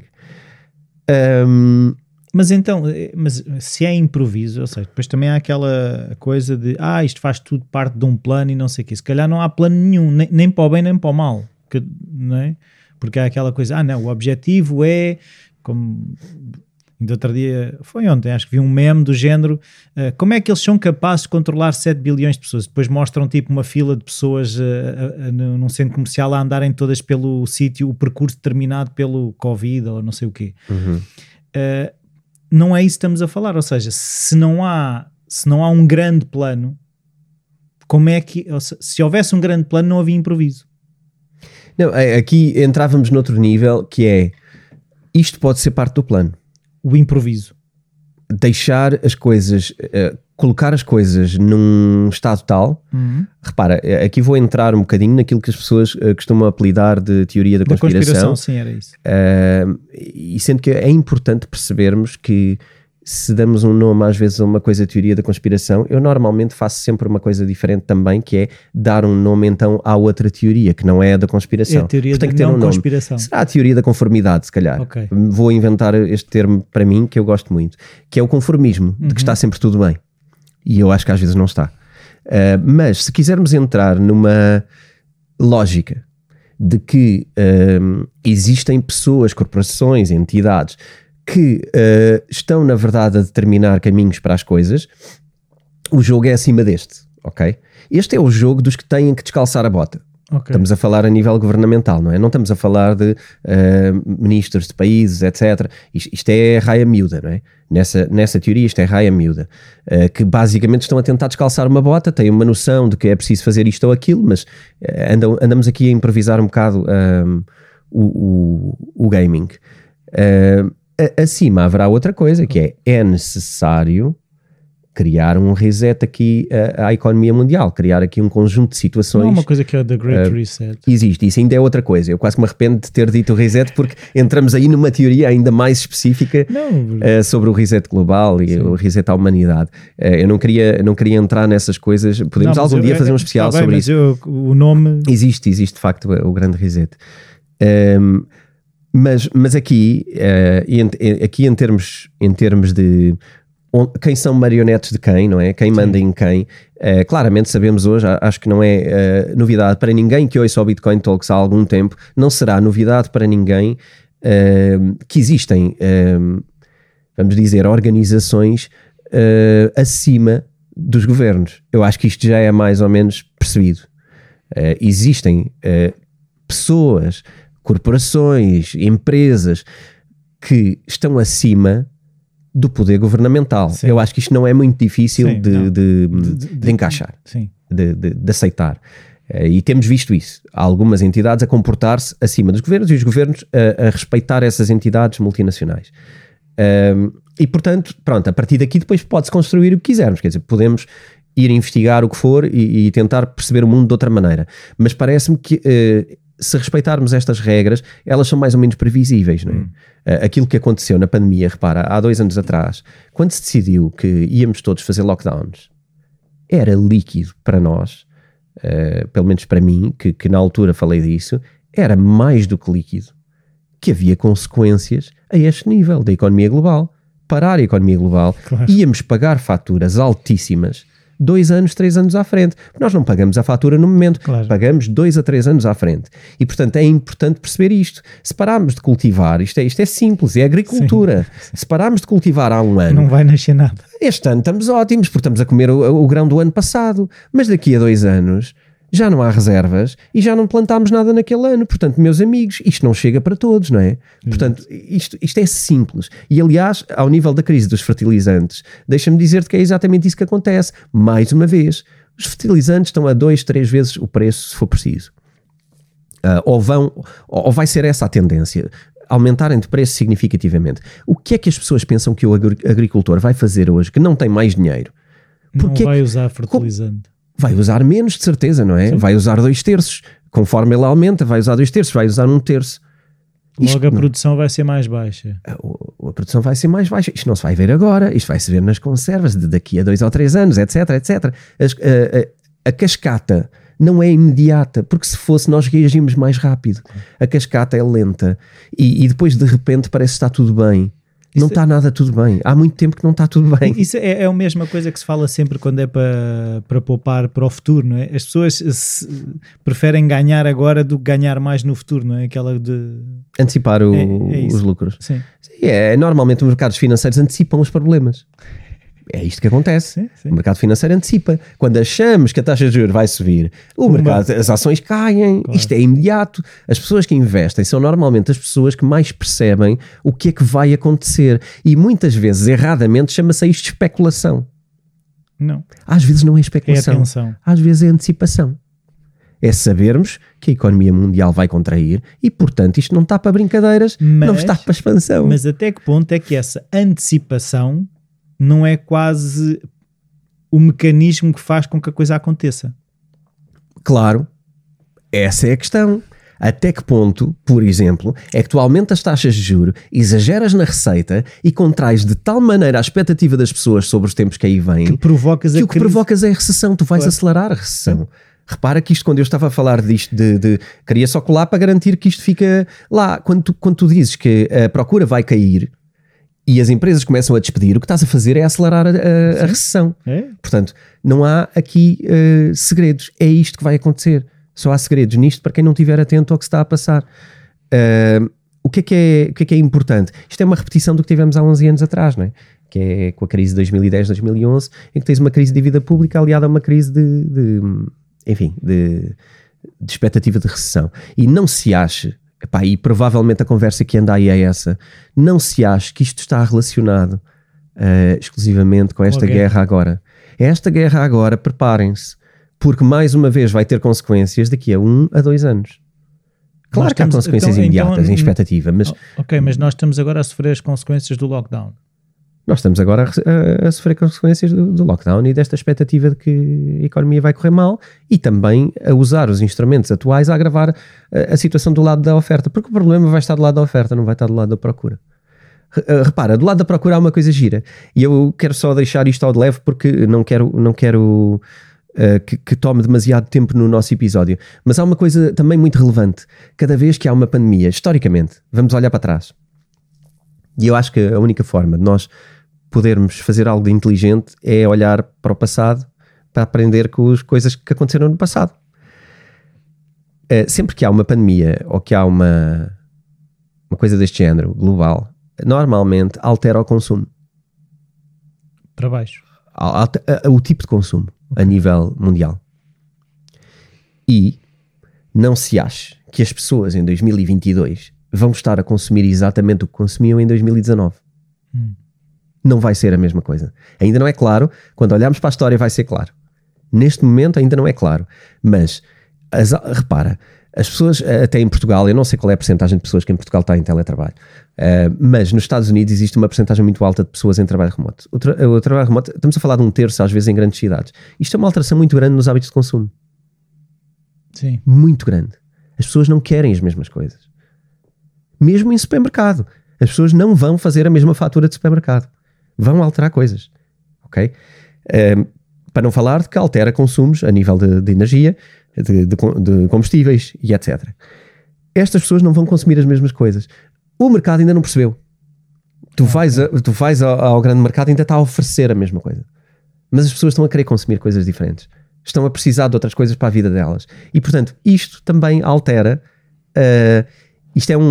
Mas se é improviso, ou seja, depois também há aquela coisa de isto faz tudo parte de um plano e não sei o quê. Se calhar não há plano nenhum, nem para o bem nem para o mal, não é? Porque há aquela coisa, o objetivo é, como ainda outro dia, foi ontem, acho que vi um meme do género, como é que eles são capazes de controlar 7 bilhões de pessoas? Depois mostram tipo uma fila de pessoas num centro comercial a andarem todas pelo sítio, o percurso determinado pelo Covid ou não sei o quê. Não é isso que estamos a falar, ou seja, se não há um grande plano, como é que, se houvesse um grande plano não havia improviso. Não, aqui entrávamos noutro nível, que é, isto pode ser parte do plano. O improviso. Deixar as coisas, colocar as coisas num estado tal, repara, aqui vou entrar um bocadinho naquilo que as pessoas costumam apelidar de teoria da conspiração. Sim, era isso. E sendo que é importante percebermos que se damos um nome às vezes a uma coisa de teoria da conspiração, eu normalmente faço sempre uma coisa diferente também, que é dar um nome então à outra teoria, que não é a da conspiração. É a teoria da não conspiração. Será a teoria da conformidade, se calhar. Okay. Vou inventar este termo para mim, que eu gosto muito, que é o conformismo, de que está sempre tudo bem. E eu acho que às vezes não está. Mas se quisermos entrar numa lógica de que existem pessoas, corporações, entidades que estão na verdade a determinar caminhos para as coisas, o jogo é acima deste, ok? Este é o jogo dos que têm que descalçar a bota. Okay. Estamos a falar a nível governamental, não é? Não estamos a falar de ministros de países, etc. Isto é raia miúda, não é? Nessa teoria isto é raia miúda, que basicamente estão a tentar descalçar uma bota, têm uma noção de que é preciso fazer isto ou aquilo, mas andamos aqui a improvisar um bocado o gaming. acima haverá outra coisa, que é necessário criar um reset aqui à economia mundial, criar aqui um conjunto de situações. Não é uma coisa que é The Great Reset. Existe, isso ainda é outra coisa. Eu quase que me arrependo de ter dito o reset, porque entramos aí numa teoria ainda mais específica sobre o reset global e o reset à humanidade. Eu não queria entrar nessas coisas. Podemos algum dia fazer um especial sobre isso. O nome... Existe de facto o grande reset. Mas aqui em termos de quem são marionetes de quem, não é? Quem manda em quem, claramente sabemos hoje, acho que não é novidade para ninguém que ouça o Bitcoin Talks há algum tempo, não será novidade para ninguém que existem, vamos dizer, organizações acima dos governos. Eu acho que isto já é mais ou menos percebido. Existem pessoas, corporações, empresas que estão acima do poder governamental. Sim. Eu acho que isto não é muito difícil de encaixar, de aceitar. E temos visto isso. Há algumas entidades a comportar-se acima dos governos e os governos a respeitar essas entidades multinacionais. E portanto, pronto, a partir daqui depois pode-se construir o que quisermos. Quer dizer, podemos ir investigar o que for e tentar perceber o mundo de outra maneira. Mas parece-me que se respeitarmos estas regras, elas são mais ou menos previsíveis, não é? Aquilo que aconteceu na pandemia, repara, há 2 anos atrás, quando se decidiu que íamos todos fazer lockdowns, era líquido para nós, pelo menos para mim, que na altura falei disso, era mais do que líquido, que havia consequências a este nível da economia global. Parar a economia global, claro. Íamos pagar faturas altíssimas 2 anos, 3 anos à frente. Nós não pagamos a fatura no momento, claro. Pagamos 2 a 3 anos à frente. E, portanto, é importante perceber isto. Se pararmos de cultivar, isto é simples, é agricultura. Sim. Se pararmos de cultivar há um ano... Não vai nascer nada. Este ano estamos ótimos, porque estamos a comer o grão do ano passado. Mas daqui a 2 anos já não há reservas e já não plantámos nada naquele ano. Portanto, meus amigos, isto não chega para todos, não é? Portanto, isto é simples. E, aliás, ao nível da crise dos fertilizantes, deixa-me dizer-te que é exatamente isso que acontece. Mais uma vez, os fertilizantes estão a 2, 3 vezes o preço, se for preciso. Ou vai ser essa a tendência, aumentarem de preço significativamente. O que é que as pessoas pensam que o agricultor vai fazer hoje, que não tem mais dinheiro? Não vai usar fertilizante. Vai usar menos, de certeza, não é? Sim. Vai usar 2/3. Conforme ele aumenta, vai usar 2/3, vai usar 1/3. Logo a produção vai ser mais baixa. A produção vai ser mais baixa. Isto não se vai ver agora. Isto vai se ver nas conservas de daqui a 2 ou 3 anos, etc, etc. A cascata não é imediata, porque se fosse nós reagimos mais rápido. A cascata é lenta. E depois de repente parece que está tudo bem. Não está nada tudo bem. Há muito tempo que não está tudo bem. Isso é a mesma coisa que se fala sempre quando é para poupar para o futuro, não é? As pessoas preferem ganhar agora do que ganhar mais no futuro, não é? Aquela de... Antecipar os lucros. Sim. Normalmente os mercados financeiros antecipam os problemas. É isto que acontece. Sim. O mercado financeiro antecipa. Quando achamos que a taxa de juros vai subir, as ações caem. Claro. Isto é imediato. As pessoas que investem são normalmente as pessoas que mais percebem o que é que vai acontecer. E muitas vezes, erradamente, chama-se isto de especulação. Não. Às vezes não é especulação. É atenção. Às vezes é antecipação. É sabermos que a economia mundial vai contrair e, portanto, isto não está para brincadeiras, não está para expansão. Mas até que ponto é que essa antecipação não é quase o mecanismo que faz com que a coisa aconteça? Claro, essa é a questão. Até que ponto, por exemplo, é que tu aumentas as taxas de juros, exageras na receita e contrais de tal maneira a expectativa das pessoas sobre os tempos que aí vêm que provocas que o que provocas é a recessão. Tu vais acelerar a recessão. Repara que isto, quando eu estava a falar disto queria só colar para garantir que isto fica lá. Quando tu dizes que a procura vai cair e as empresas começam a despedir, o que estás a fazer é acelerar a recessão. Portanto, não há aqui segredos. É isto que vai acontecer. Só há segredos nisto para quem não estiver atento ao que se está a passar. O que é importante? Isto é uma repetição do que tivemos há 11 anos atrás, não é? Que é com a crise de 2010, 2011, em que tens uma crise de dívida pública aliada a uma crise de expectativa de recessão. E não se ache, e provavelmente a conversa que anda aí é essa, não se ache que isto está relacionado exclusivamente com esta guerra agora. Esta guerra agora, preparem-se, porque mais uma vez vai ter consequências daqui a 1 a 2 anos. Claro que há consequências imediatas em expectativa, mas... Ok, mas nós estamos agora a sofrer as consequências do lockdown. Nós estamos agora a sofrer consequências do lockdown e desta expectativa de que a economia vai correr mal e também a usar os instrumentos atuais a agravar a situação do lado da oferta, porque o problema vai estar do lado da oferta, não vai estar do lado da procura. Repara, do lado da procura há uma coisa gira e eu quero só deixar isto ao de leve porque não quero que tome demasiado tempo no nosso episódio, mas há uma coisa também muito relevante. Cada vez que há uma pandemia, historicamente, vamos olhar para trás, e eu acho que a única forma de nós podermos fazer algo de inteligente é olhar para o passado para aprender com as coisas que aconteceram no passado. Sempre que há uma pandemia ou que há uma coisa deste género global, normalmente altera o consumo para baixo, o tipo de consumo a nível mundial. E não se ache que as pessoas em 2022 vão estar a consumir exatamente o que consumiam em 2019. Não vai ser a mesma coisa. Ainda não é claro. Quando olharmos para a história vai ser claro. Neste momento ainda não é claro. Mas, repara, as pessoas, até em Portugal, eu não sei qual é a percentagem de pessoas que em Portugal está em teletrabalho, mas nos Estados Unidos existe uma percentagem muito alta de pessoas em trabalho remoto. O trabalho remoto, estamos a falar de 1/3 às vezes em grandes cidades. Isto é uma alteração muito grande nos hábitos de consumo. Sim. Muito grande. As pessoas não querem as mesmas coisas. Mesmo em supermercado. As pessoas não vão fazer a mesma fatura de supermercado. Vão alterar coisas. Ok? Para não falar de que altera consumos a nível de energia, de combustíveis e etc. Estas pessoas não vão consumir as mesmas coisas. O mercado ainda não percebeu. Tu vais ao grande mercado e ainda está a oferecer a mesma coisa. Mas as pessoas estão a querer consumir coisas diferentes. Estão a precisar de outras coisas para a vida delas. E, portanto, isto também altera... isto é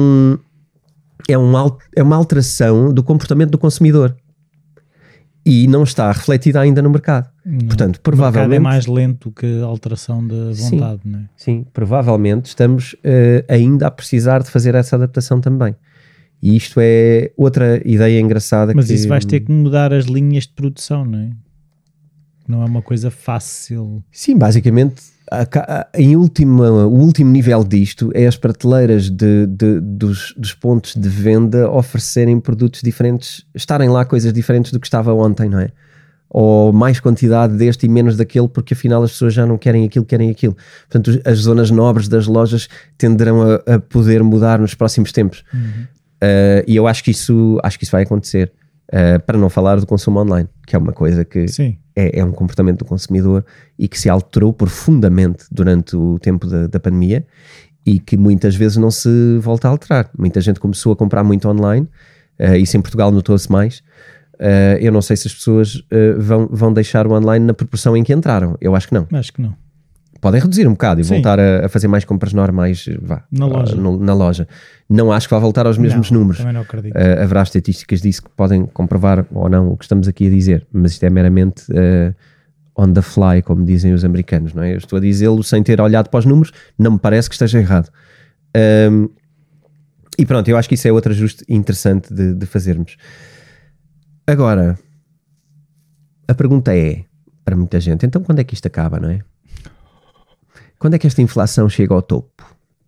uma alteração do comportamento do consumidor e não está refletida ainda no mercado. Não. Portanto, O provavelmente mercado é mais lento que a alteração da vontade, não é? Sim, provavelmente estamos ainda a precisar de fazer essa adaptação também. E isto é outra ideia engraçada. Mas isso vais ter que mudar as linhas de produção, não é? Não é uma coisa fácil. Sim, basicamente o último nível disto é as prateleiras dos pontos de venda oferecerem produtos diferentes, estarem lá coisas diferentes do que estava ontem, não é? Ou mais quantidade deste e menos daquele, porque afinal as pessoas já não querem aquilo, querem aquilo. Portanto, as zonas nobres das lojas tenderão a poder mudar nos próximos tempos. E eu acho que isso vai acontecer. Para não falar do consumo online, que é uma coisa que é um comportamento do consumidor e que se alterou profundamente durante o tempo da pandemia e que muitas vezes não se volta a alterar. Muita gente começou a comprar muito online, isso em Portugal notou-se mais. Eu não sei se as pessoas vão deixar o online na proporção em que entraram. Eu acho que não. Acho que não. Podem reduzir um bocado e voltar a fazer mais compras normais na loja. Não acho que vá voltar aos mesmos números. Também não acredito. Haverá estatísticas disso que podem comprovar ou não o que estamos aqui a dizer, mas isto é meramente on the fly, como dizem os americanos, não é? Eu estou a dizê-lo sem ter olhado para os números, não me parece que esteja errado. E pronto, eu acho que isso é outro ajuste interessante de fazermos. Agora, a pergunta é, para muita gente, então quando é que isto acaba, não é? Quando é que esta inflação chega ao topo?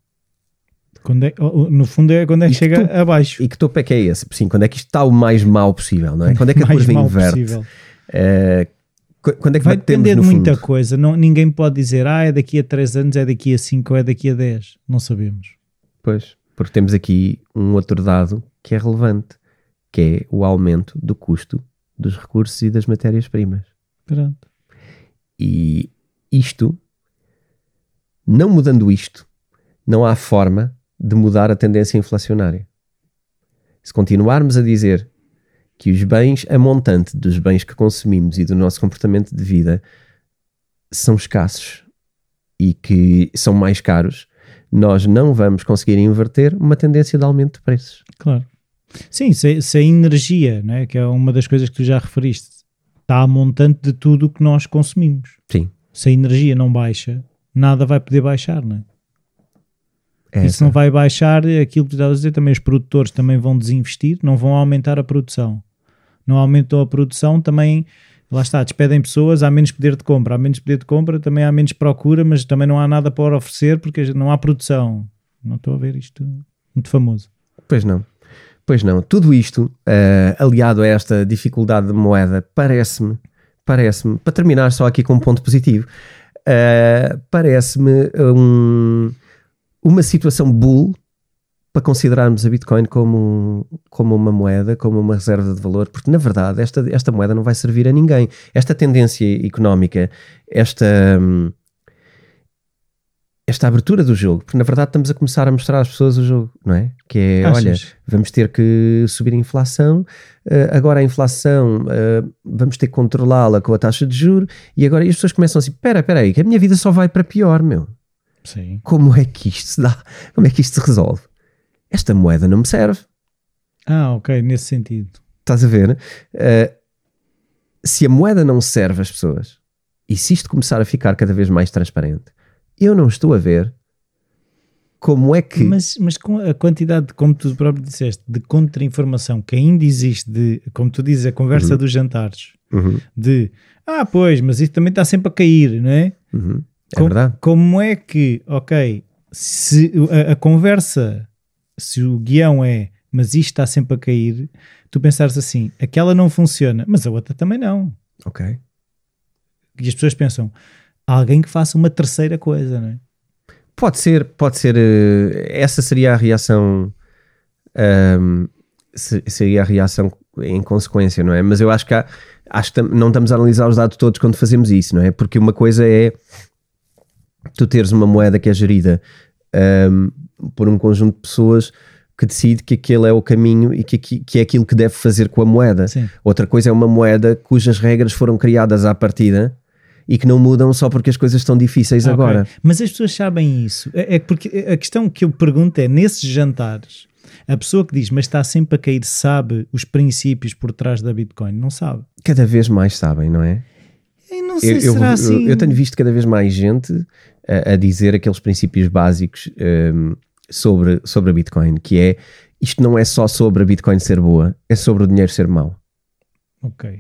No fundo é quando é que chega abaixo. E que topo é que é esse? Sim, quando é que isto está o mais mau possível, não é? Quando é que a curva inverte? Quando é que vai depender de no muita fundo? coisa. Ninguém pode dizer, é daqui a 3 anos, é daqui a 5 ou é daqui a 10. Não sabemos. Pois, porque temos aqui um outro dado que é relevante, que é o aumento do custo dos recursos e das matérias-primas. Pronto. E isto, não mudando isto, não há forma de mudar a tendência inflacionária. Se continuarmos a dizer que os bens, a montante dos bens que consumimos e do nosso comportamento de vida são escassos e que são mais caros, nós não vamos conseguir inverter uma tendência de aumento de preços. Claro. Sim, se a energia, não é? Que é uma das coisas que tu já referiste, está a montante de tudo o que nós consumimos. Sim. Se a energia não baixa, nada vai poder baixar, não é? E se Essa. não vai baixar, aquilo que tu estavas a dizer, também os produtores também vão desinvestir, não vão aumentar a produção. Não aumentou a produção, também, lá está, despedem pessoas, há menos poder de compra. Há menos poder de compra, também há menos procura, mas também não há nada para oferecer porque não há produção. Não estou a ver isto muito famoso. Pois não. Tudo isto, aliado a esta dificuldade de moeda, parece-me, para terminar só aqui com um ponto positivo, parece-me uma situação bull para considerarmos a Bitcoin como uma moeda, como uma reserva de valor, porque na verdade esta moeda não vai servir a ninguém. Esta tendência económica, esta abertura do jogo, porque na verdade estamos a começar a mostrar às pessoas o jogo, não é? Que é, olha, vamos ter que subir a inflação, agora a inflação vamos ter que controlá-la com a taxa de juros, e agora as pessoas começam assim, espera aí, que a minha vida só vai para pior, meu. Sim. Como é que isto se dá? Como é que isto se resolve? Esta moeda não me serve. Ok, nesse sentido. Estás a ver? Se a moeda não serve às pessoas, e se isto começar a ficar cada vez mais transparente, eu não estou a ver como é que... Mas com a quantidade, como tu próprio disseste, de contra-informação que ainda existe, de, como tu dizes, a conversa dos jantares, de, pois, mas isso também está sempre a cair, não é? É verdade. Como é que, ok, se a conversa, se o guião é, mas isto está sempre a cair, tu pensares assim, aquela não funciona, mas a outra também não. Ok. E as pessoas pensam, alguém que faça uma terceira coisa, não é? Pode ser, essa seria a reação, seria a reação em consequência, não é? Mas eu acho que não estamos a analisar os dados todos quando fazemos isso, não é? Porque uma coisa é tu teres uma moeda que é gerida por um conjunto de pessoas que decide que aquele é o caminho e que é aquilo que deve fazer com a moeda. Sim. Outra coisa é uma moeda cujas regras foram criadas à partida e que não mudam só porque as coisas estão difíceis agora. Mas as pessoas sabem isso. É porque a questão que eu pergunto é, nesses jantares, a pessoa que diz, mas está sempre a cair, sabe os princípios por trás da Bitcoin? Não sabe. Cada vez mais sabem, não é? Eu não sei se será assim. Eu tenho visto cada vez mais gente a dizer aqueles princípios básicos sobre a Bitcoin, que é, isto não é só sobre a Bitcoin ser boa, é sobre o dinheiro ser mau. Ok.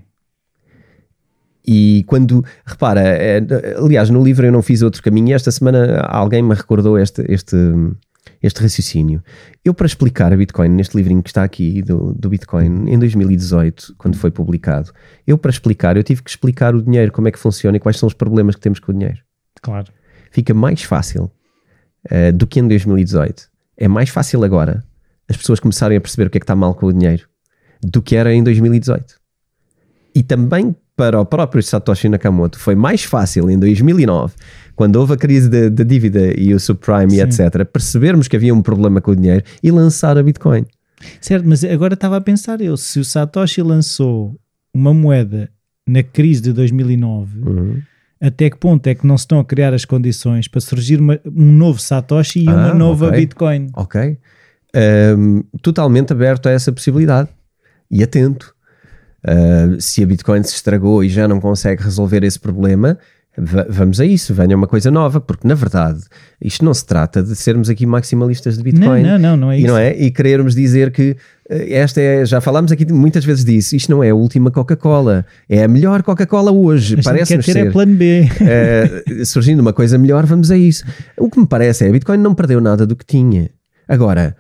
E quando, repara, aliás, no livro eu não fiz outro caminho, e esta semana alguém me recordou este raciocínio. Eu, para explicar a Bitcoin, neste livrinho que está aqui do Bitcoin, em 2018, quando foi publicado, eu tive que explicar o dinheiro, como é que funciona e quais são os problemas que temos com o dinheiro. Claro. Fica mais fácil do que em 2018. É mais fácil agora as pessoas começarem a perceber o que é que está mal com o dinheiro do que era em 2018. E também para o próprio Satoshi Nakamoto foi mais fácil em 2009, quando houve a crise da dívida e o subprime e etc., percebermos que havia um problema com o dinheiro e lançar a Bitcoin. Certo, mas agora estava a pensar se o Satoshi lançou uma moeda na crise de 2009, até que ponto é que não se estão a criar as condições para surgir um novo Satoshi e uma nova Bitcoin? Ok. Totalmente aberto a essa possibilidade e atento. Se a Bitcoin se estragou e já não consegue resolver esse problema, vamos a isso, venha uma coisa nova, porque na verdade isto não se trata de sermos aqui maximalistas de Bitcoin. Não é isso. Não é? E querermos dizer que já falámos aqui muitas vezes disso, isto não é a última Coca-Cola, é a melhor Coca-Cola hoje, parece-nos ser. É plano B. Surgindo uma coisa melhor, vamos a isso. O que me parece é, a Bitcoin não perdeu nada do que tinha. Agora,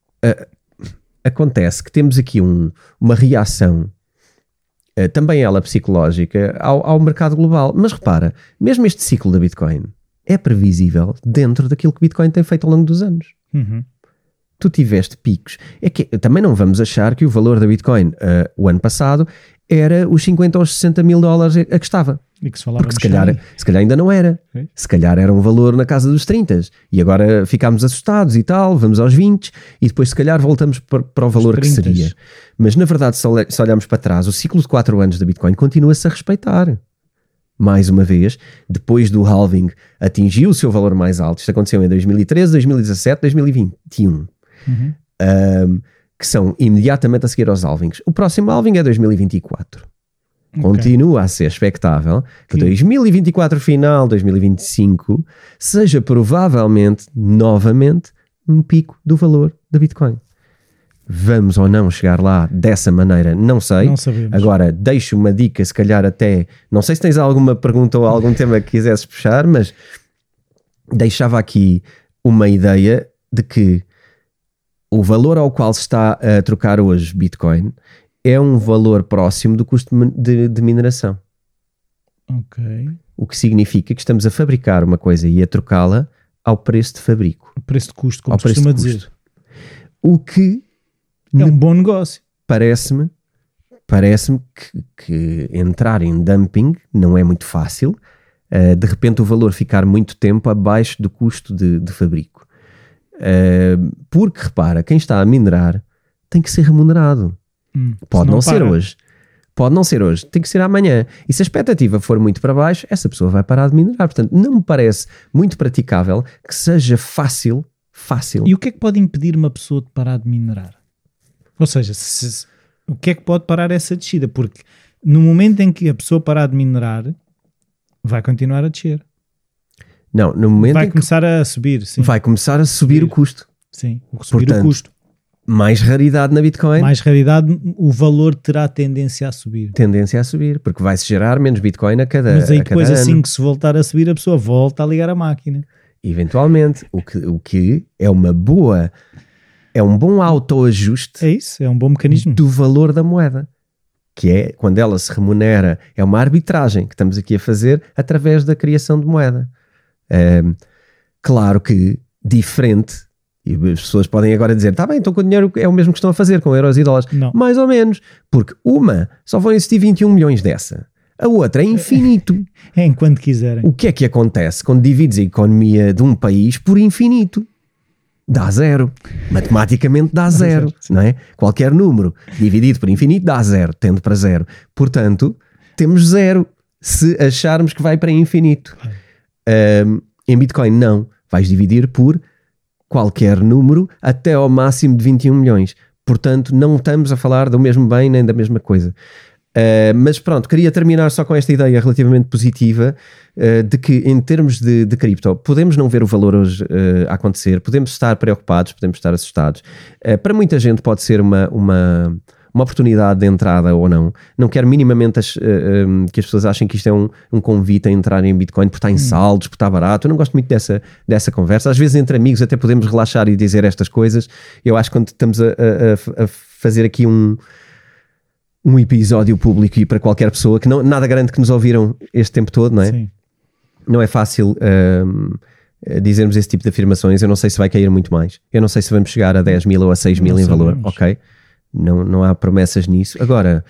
acontece que temos aqui uma reação também ela psicológica ao mercado global, mas repara, mesmo este ciclo da Bitcoin é previsível dentro daquilo que Bitcoin tem feito ao longo dos anos. Tu tiveste picos, é que também não vamos achar que o valor da Bitcoin o ano passado era os 50 ou 60 mil dólares a que estava, e que se falava, porque se calhar ainda não era, se calhar era um valor na casa dos 30 e agora ficámos assustados e tal, vamos aos 20 e depois se calhar voltamos para o valor que seria. Mas na verdade, se olharmos para trás, o ciclo de 4 anos da Bitcoin continua-se a respeitar. Mais uma vez, depois do halving, atingiu o seu valor mais alto. Isto aconteceu em 2013, 2017, 2021. Que são imediatamente a seguir aos halvings. O próximo halving é 2024. Continua a ser expectável que 2024 final, 2025, seja provavelmente, novamente, um pico do valor da Bitcoin. Vamos ou não chegar lá dessa maneira, não sei. Não sabemos. Agora, deixo uma dica, se calhar até... Não sei se tens alguma pergunta ou algum tema que quisesses puxar, mas deixava aqui uma ideia de que o valor ao qual se está a trocar hoje Bitcoin é um valor próximo do custo de mineração. Ok. O que significa que estamos a fabricar uma coisa e a trocá-la ao preço de fabrico. O preço de custo, como se costuma dizer. O que é um bom negócio. Parece-me que entrar em dumping não é muito fácil. De repente o valor ficar muito tempo abaixo do custo de fabrico. Porque, repara, quem está a minerar tem que ser remunerado. Pode não ser hoje. Pode não ser hoje, tem que ser amanhã. E se a expectativa for muito para baixo, essa pessoa vai parar de minerar. Portanto, não me parece muito praticável que seja fácil. E o que é que pode impedir uma pessoa de parar de minerar? Ou seja, o que é que pode parar essa descida? Porque no momento em que a pessoa parar de minerar, vai continuar a descer. Não, no momento vai começar a subir, sim. Vai começar a subir o custo. Sim, o custo. Mais raridade na Bitcoin. Mais raridade, o valor terá tendência a subir. Porque vai-se gerar menos Bitcoin a cada ano. Mas aí depois, assim que se voltar a subir, a pessoa volta a ligar a máquina. Eventualmente, o que é uma boa... É um bom autoajuste. É isso, é um bom mecanismo. Do valor da moeda. Que é, quando ela se remunera, é uma arbitragem que estamos aqui a fazer através da criação de moeda. Claro que diferente, e as pessoas podem agora dizer, tá bem, então com o dinheiro é o mesmo que estão a fazer com euros e dólares. Não. Mais ou menos, porque uma só vão existir 21 milhões dessa. A outra é infinito. É enquanto quiserem. O que é que acontece quando divides a economia de um país por infinito? Dá zero. Matematicamente dá zero, não é? Qualquer número dividido por infinito dá zero, tende para zero. Portanto, temos zero se acharmos que vai para infinito. Em Bitcoin não. Vais dividir por qualquer número até ao máximo de 21 milhões. Portanto, não estamos a falar do mesmo bem nem da mesma coisa. Mas pronto, queria terminar só com esta ideia relativamente positiva de que em termos de cripto podemos não ver o valor hoje a acontecer, podemos estar preocupados, podemos estar assustados. Para muita gente pode ser uma oportunidade de entrada ou não. Não quero minimamente que as pessoas achem que isto é um convite a entrar em Bitcoin porque está em saldos, porque está barato. Eu não gosto muito dessa conversa. Às vezes entre amigos até podemos relaxar e dizer estas coisas. Eu acho que quando estamos a fazer aqui um episódio público e para qualquer pessoa, que nada garante que nos ouviram este tempo todo, não é? Sim. Não é fácil dizermos esse tipo de afirmações. Eu não sei se vai cair muito mais. Eu não sei se vamos chegar a 10 mil ou a 6 mil em valor. Ok, não há promessas nisso. Agora,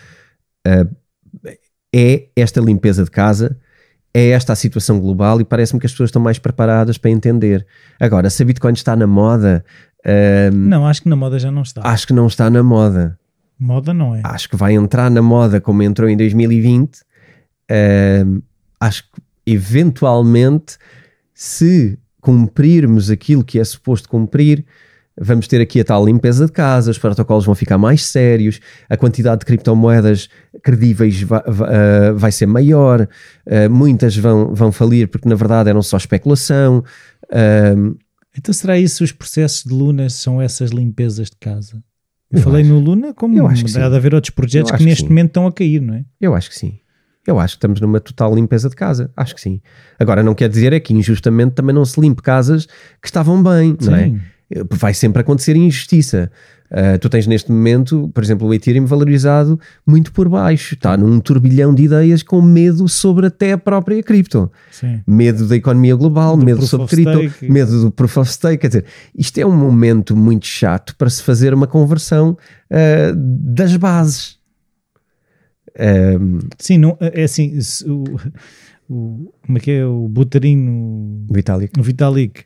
é esta limpeza de casa, é esta a situação global e parece-me que as pessoas estão mais preparadas para entender. Agora, se a Bitcoin está na moda... não, acho que na moda já não está. Acho que não está na moda. Moda não é. Acho que vai entrar na moda como entrou em 2020. Acho que eventualmente, se cumprirmos aquilo que é suposto cumprir, vamos ter aqui a tal limpeza de casa, os protocolos vão ficar mais sérios, a quantidade de criptomoedas credíveis vai ser maior, muitas vão falir porque na verdade eram só especulação. Então será isso os processos de Luna, são essas limpezas de casa? Eu falei no Luna como há de haver outros projetos que neste momento estão a cair, não é? Eu acho que sim. Eu acho que estamos numa total limpeza de casa. Acho que sim. Agora, não quer dizer é que injustamente também não se limpe casas que estavam bem, não é? Vai sempre acontecer injustiça. Tu tens neste momento, por exemplo, o Ethereum valorizado muito por baixo. Está num turbilhão de ideias com medo sobre até a própria cripto. Sim. Medo da economia global, medo sobre cripto, medo do Proof of Stake. Quer dizer, isto é um momento muito chato para se fazer uma conversão das bases. Sim, não, é assim, como é que é o Buterin, Vitalik. O Vitalik,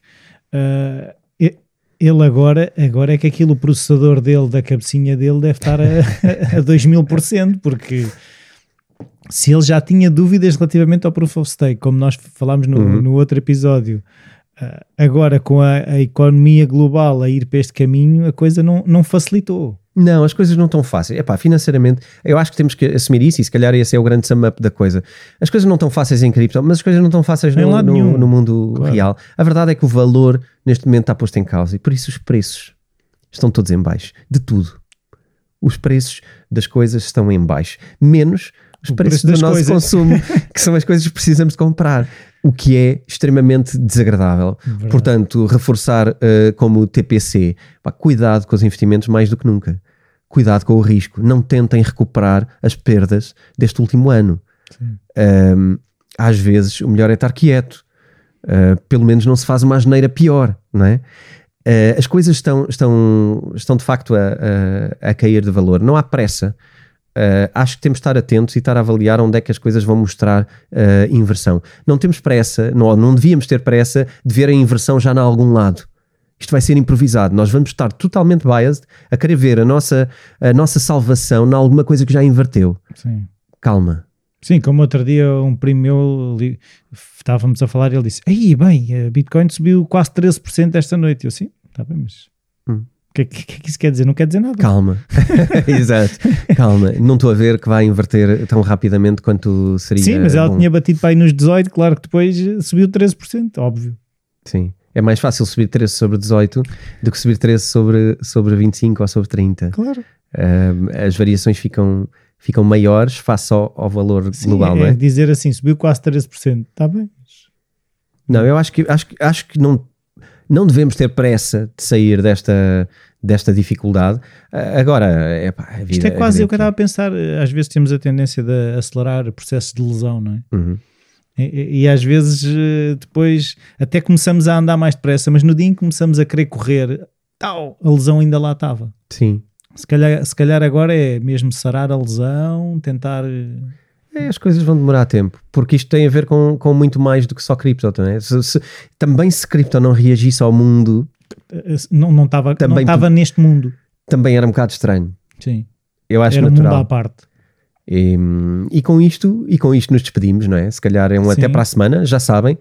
ele agora é que aquilo, o processador dele, da cabecinha dele deve estar a 2000%, porque se ele já tinha dúvidas relativamente ao Proof of Stake, como nós falámos no outro episódio, agora com a economia global a ir para este caminho, a coisa não facilitou. Não, as coisas não estão fáceis. Financeiramente, eu acho que temos que assumir isso e se calhar esse é o grande sum up da coisa. As coisas não estão fáceis em cripto, mas as coisas não estão fáceis no mundo real. A verdade é que o valor neste momento está posto em causa e por isso os preços estão todos em baixo. De tudo. Os preços das coisas estão em baixo. Menos os preços do nosso consumo, que são as coisas que precisamos de comprar, o que é extremamente desagradável. Verdade. Portanto, reforçar como o TPC, cuidado com os investimentos mais do que nunca. Cuidado com o risco. Não tentem recuperar as perdas deste último ano. Às vezes, o melhor é estar quieto. Pelo menos não se faz uma asneira pior, não é? As coisas estão de facto a cair de valor. Não há pressa. Acho que temos de estar atentos e estar a avaliar onde é que as coisas vão mostrar inversão. Não temos pressa, não devíamos ter pressa de ver a inversão já em algum lado. Isto vai ser improvisado. Nós vamos estar totalmente biased a querer ver a nossa salvação em alguma coisa que já inverteu. Sim. Calma. Sim, como outro dia um primo meu, estávamos a falar e ele disse, aí bem, a Bitcoin subiu quase 13% esta noite. Eu sim, está bem, mas o que é que isso quer dizer? Não quer dizer nada. Calma. Exato. Calma. Não estou a ver que vai inverter tão rapidamente quanto seria. Sim, mas ela tinha batido para aí nos 18, claro que depois subiu 13%, óbvio. Sim. É mais fácil subir 13 sobre 18 do que subir 13 sobre 25 ou sobre 30. Claro. As variações ficam maiores face ao valor global, não é? Dizer assim, subiu quase 13%, está bem. Não, eu acho que não devemos ter pressa de sair desta dificuldade. Agora, a vida... Isto é quase o que eu estava a pensar, às vezes temos a tendência de acelerar processos de lesão, não é? Uhum. E às vezes depois até começamos a andar mais depressa, mas no dia em que começamos a querer correr, a lesão ainda lá estava. Sim. Se calhar agora é mesmo sarar a lesão, tentar... As coisas vão demorar tempo, porque isto tem a ver com muito mais do que só cripto, não é? Também se cripto não reagisse ao mundo... Não estava neste mundo. Também era um bocado estranho. Sim. Eu acho era natural. Um mundo à parte. E com isto nos despedimos, não é? Se calhar até para a semana, já sabem.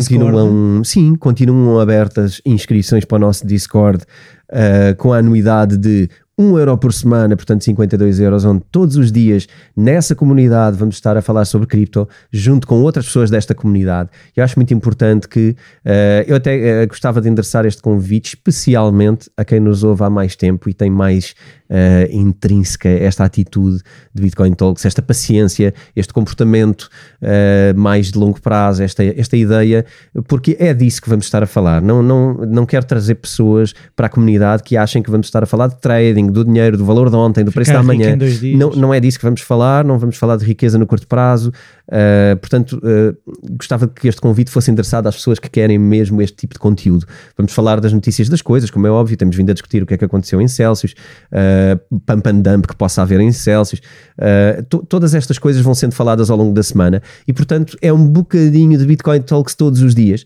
Continuam abertas inscrições para o nosso Discord com a anuidade de €1 por semana, portanto 52€, onde todos os dias nessa comunidade vamos estar a falar sobre cripto junto com outras pessoas desta comunidade. Eu acho muito importante que eu até gostava de endereçar este convite especialmente a quem nos ouve há mais tempo e tem mais intrínseca esta atitude de Bitcoin Talks, esta paciência, este comportamento mais de longo prazo, esta ideia, porque é disso que vamos estar a falar. Não quero trazer pessoas para a comunidade que achem que vamos estar a falar de trading, do dinheiro, do valor de ontem, do preço da amanhã. Não é disso que vamos falar, não vamos falar de riqueza no curto prazo. Portanto, gostava que este convite fosse endereçado às pessoas que querem mesmo este tipo de conteúdo. Vamos falar das notícias das coisas, como é óbvio, temos vindo a discutir o que é que aconteceu em Celsius, pump and dump que possa haver em Celsius, todas estas coisas vão sendo faladas ao longo da semana e, portanto, é um bocadinho de Bitcoin Talks todos os dias.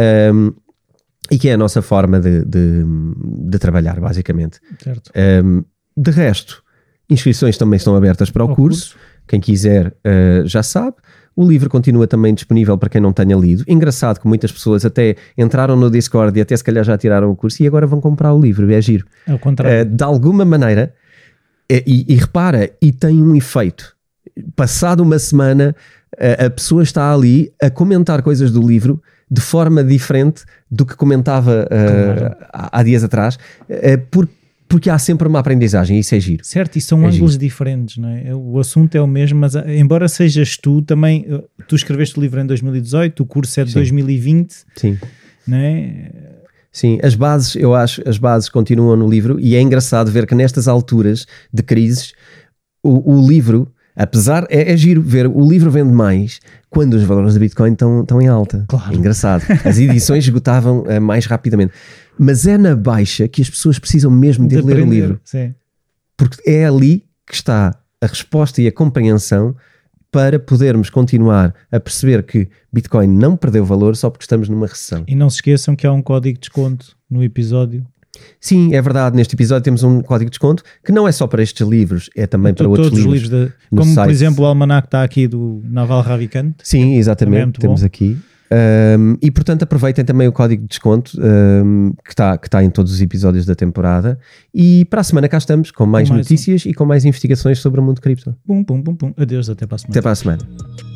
E que é a nossa forma de trabalhar, basicamente. Certo. De resto, inscrições também estão abertas para o curso. Quem quiser já sabe. O livro continua também disponível para quem não tenha lido. Engraçado que muitas pessoas até entraram no Discord e até se calhar já tiraram o curso e agora vão comprar o livro. É giro. É o contrário. De alguma maneira, e repara, e tem um efeito. Passado uma semana, a pessoa está ali a comentar coisas do livro de forma diferente do que comentava há dias atrás, porque há sempre uma aprendizagem e isso é giro. Certo, e são ângulos diferentes, não é? O assunto é o mesmo, mas embora sejas tu também, tu escreveste o livro em 2018, o curso é de 2020, sim. Não é? Sim, as bases continuam no livro e é engraçado ver que nestas alturas de crises, o livro... Apesar, é giro ver, o livro vende mais quando os valores de Bitcoin estão em alta. Claro. É engraçado. As edições esgotavam mais rapidamente. Mas é na baixa que as pessoas precisam mesmo de ler o livro. Sim. Porque é ali que está a resposta e a compreensão para podermos continuar a perceber que Bitcoin não perdeu valor só porque estamos numa recessão. E não se esqueçam que há um código de desconto no episódio. Sim, é verdade, neste episódio temos um código de desconto que não é só para estes livros, é também para outros livros. Como site. Por exemplo o almanac está aqui do Naval Ravikant. Sim, exatamente, temos aqui. E portanto aproveitem também o código de desconto que está em todos os episódios da temporada e para a semana cá estamos com mais notícias e com mais investigações sobre o mundo cripto. Pum. Adeus, até para a semana. Até para a semana.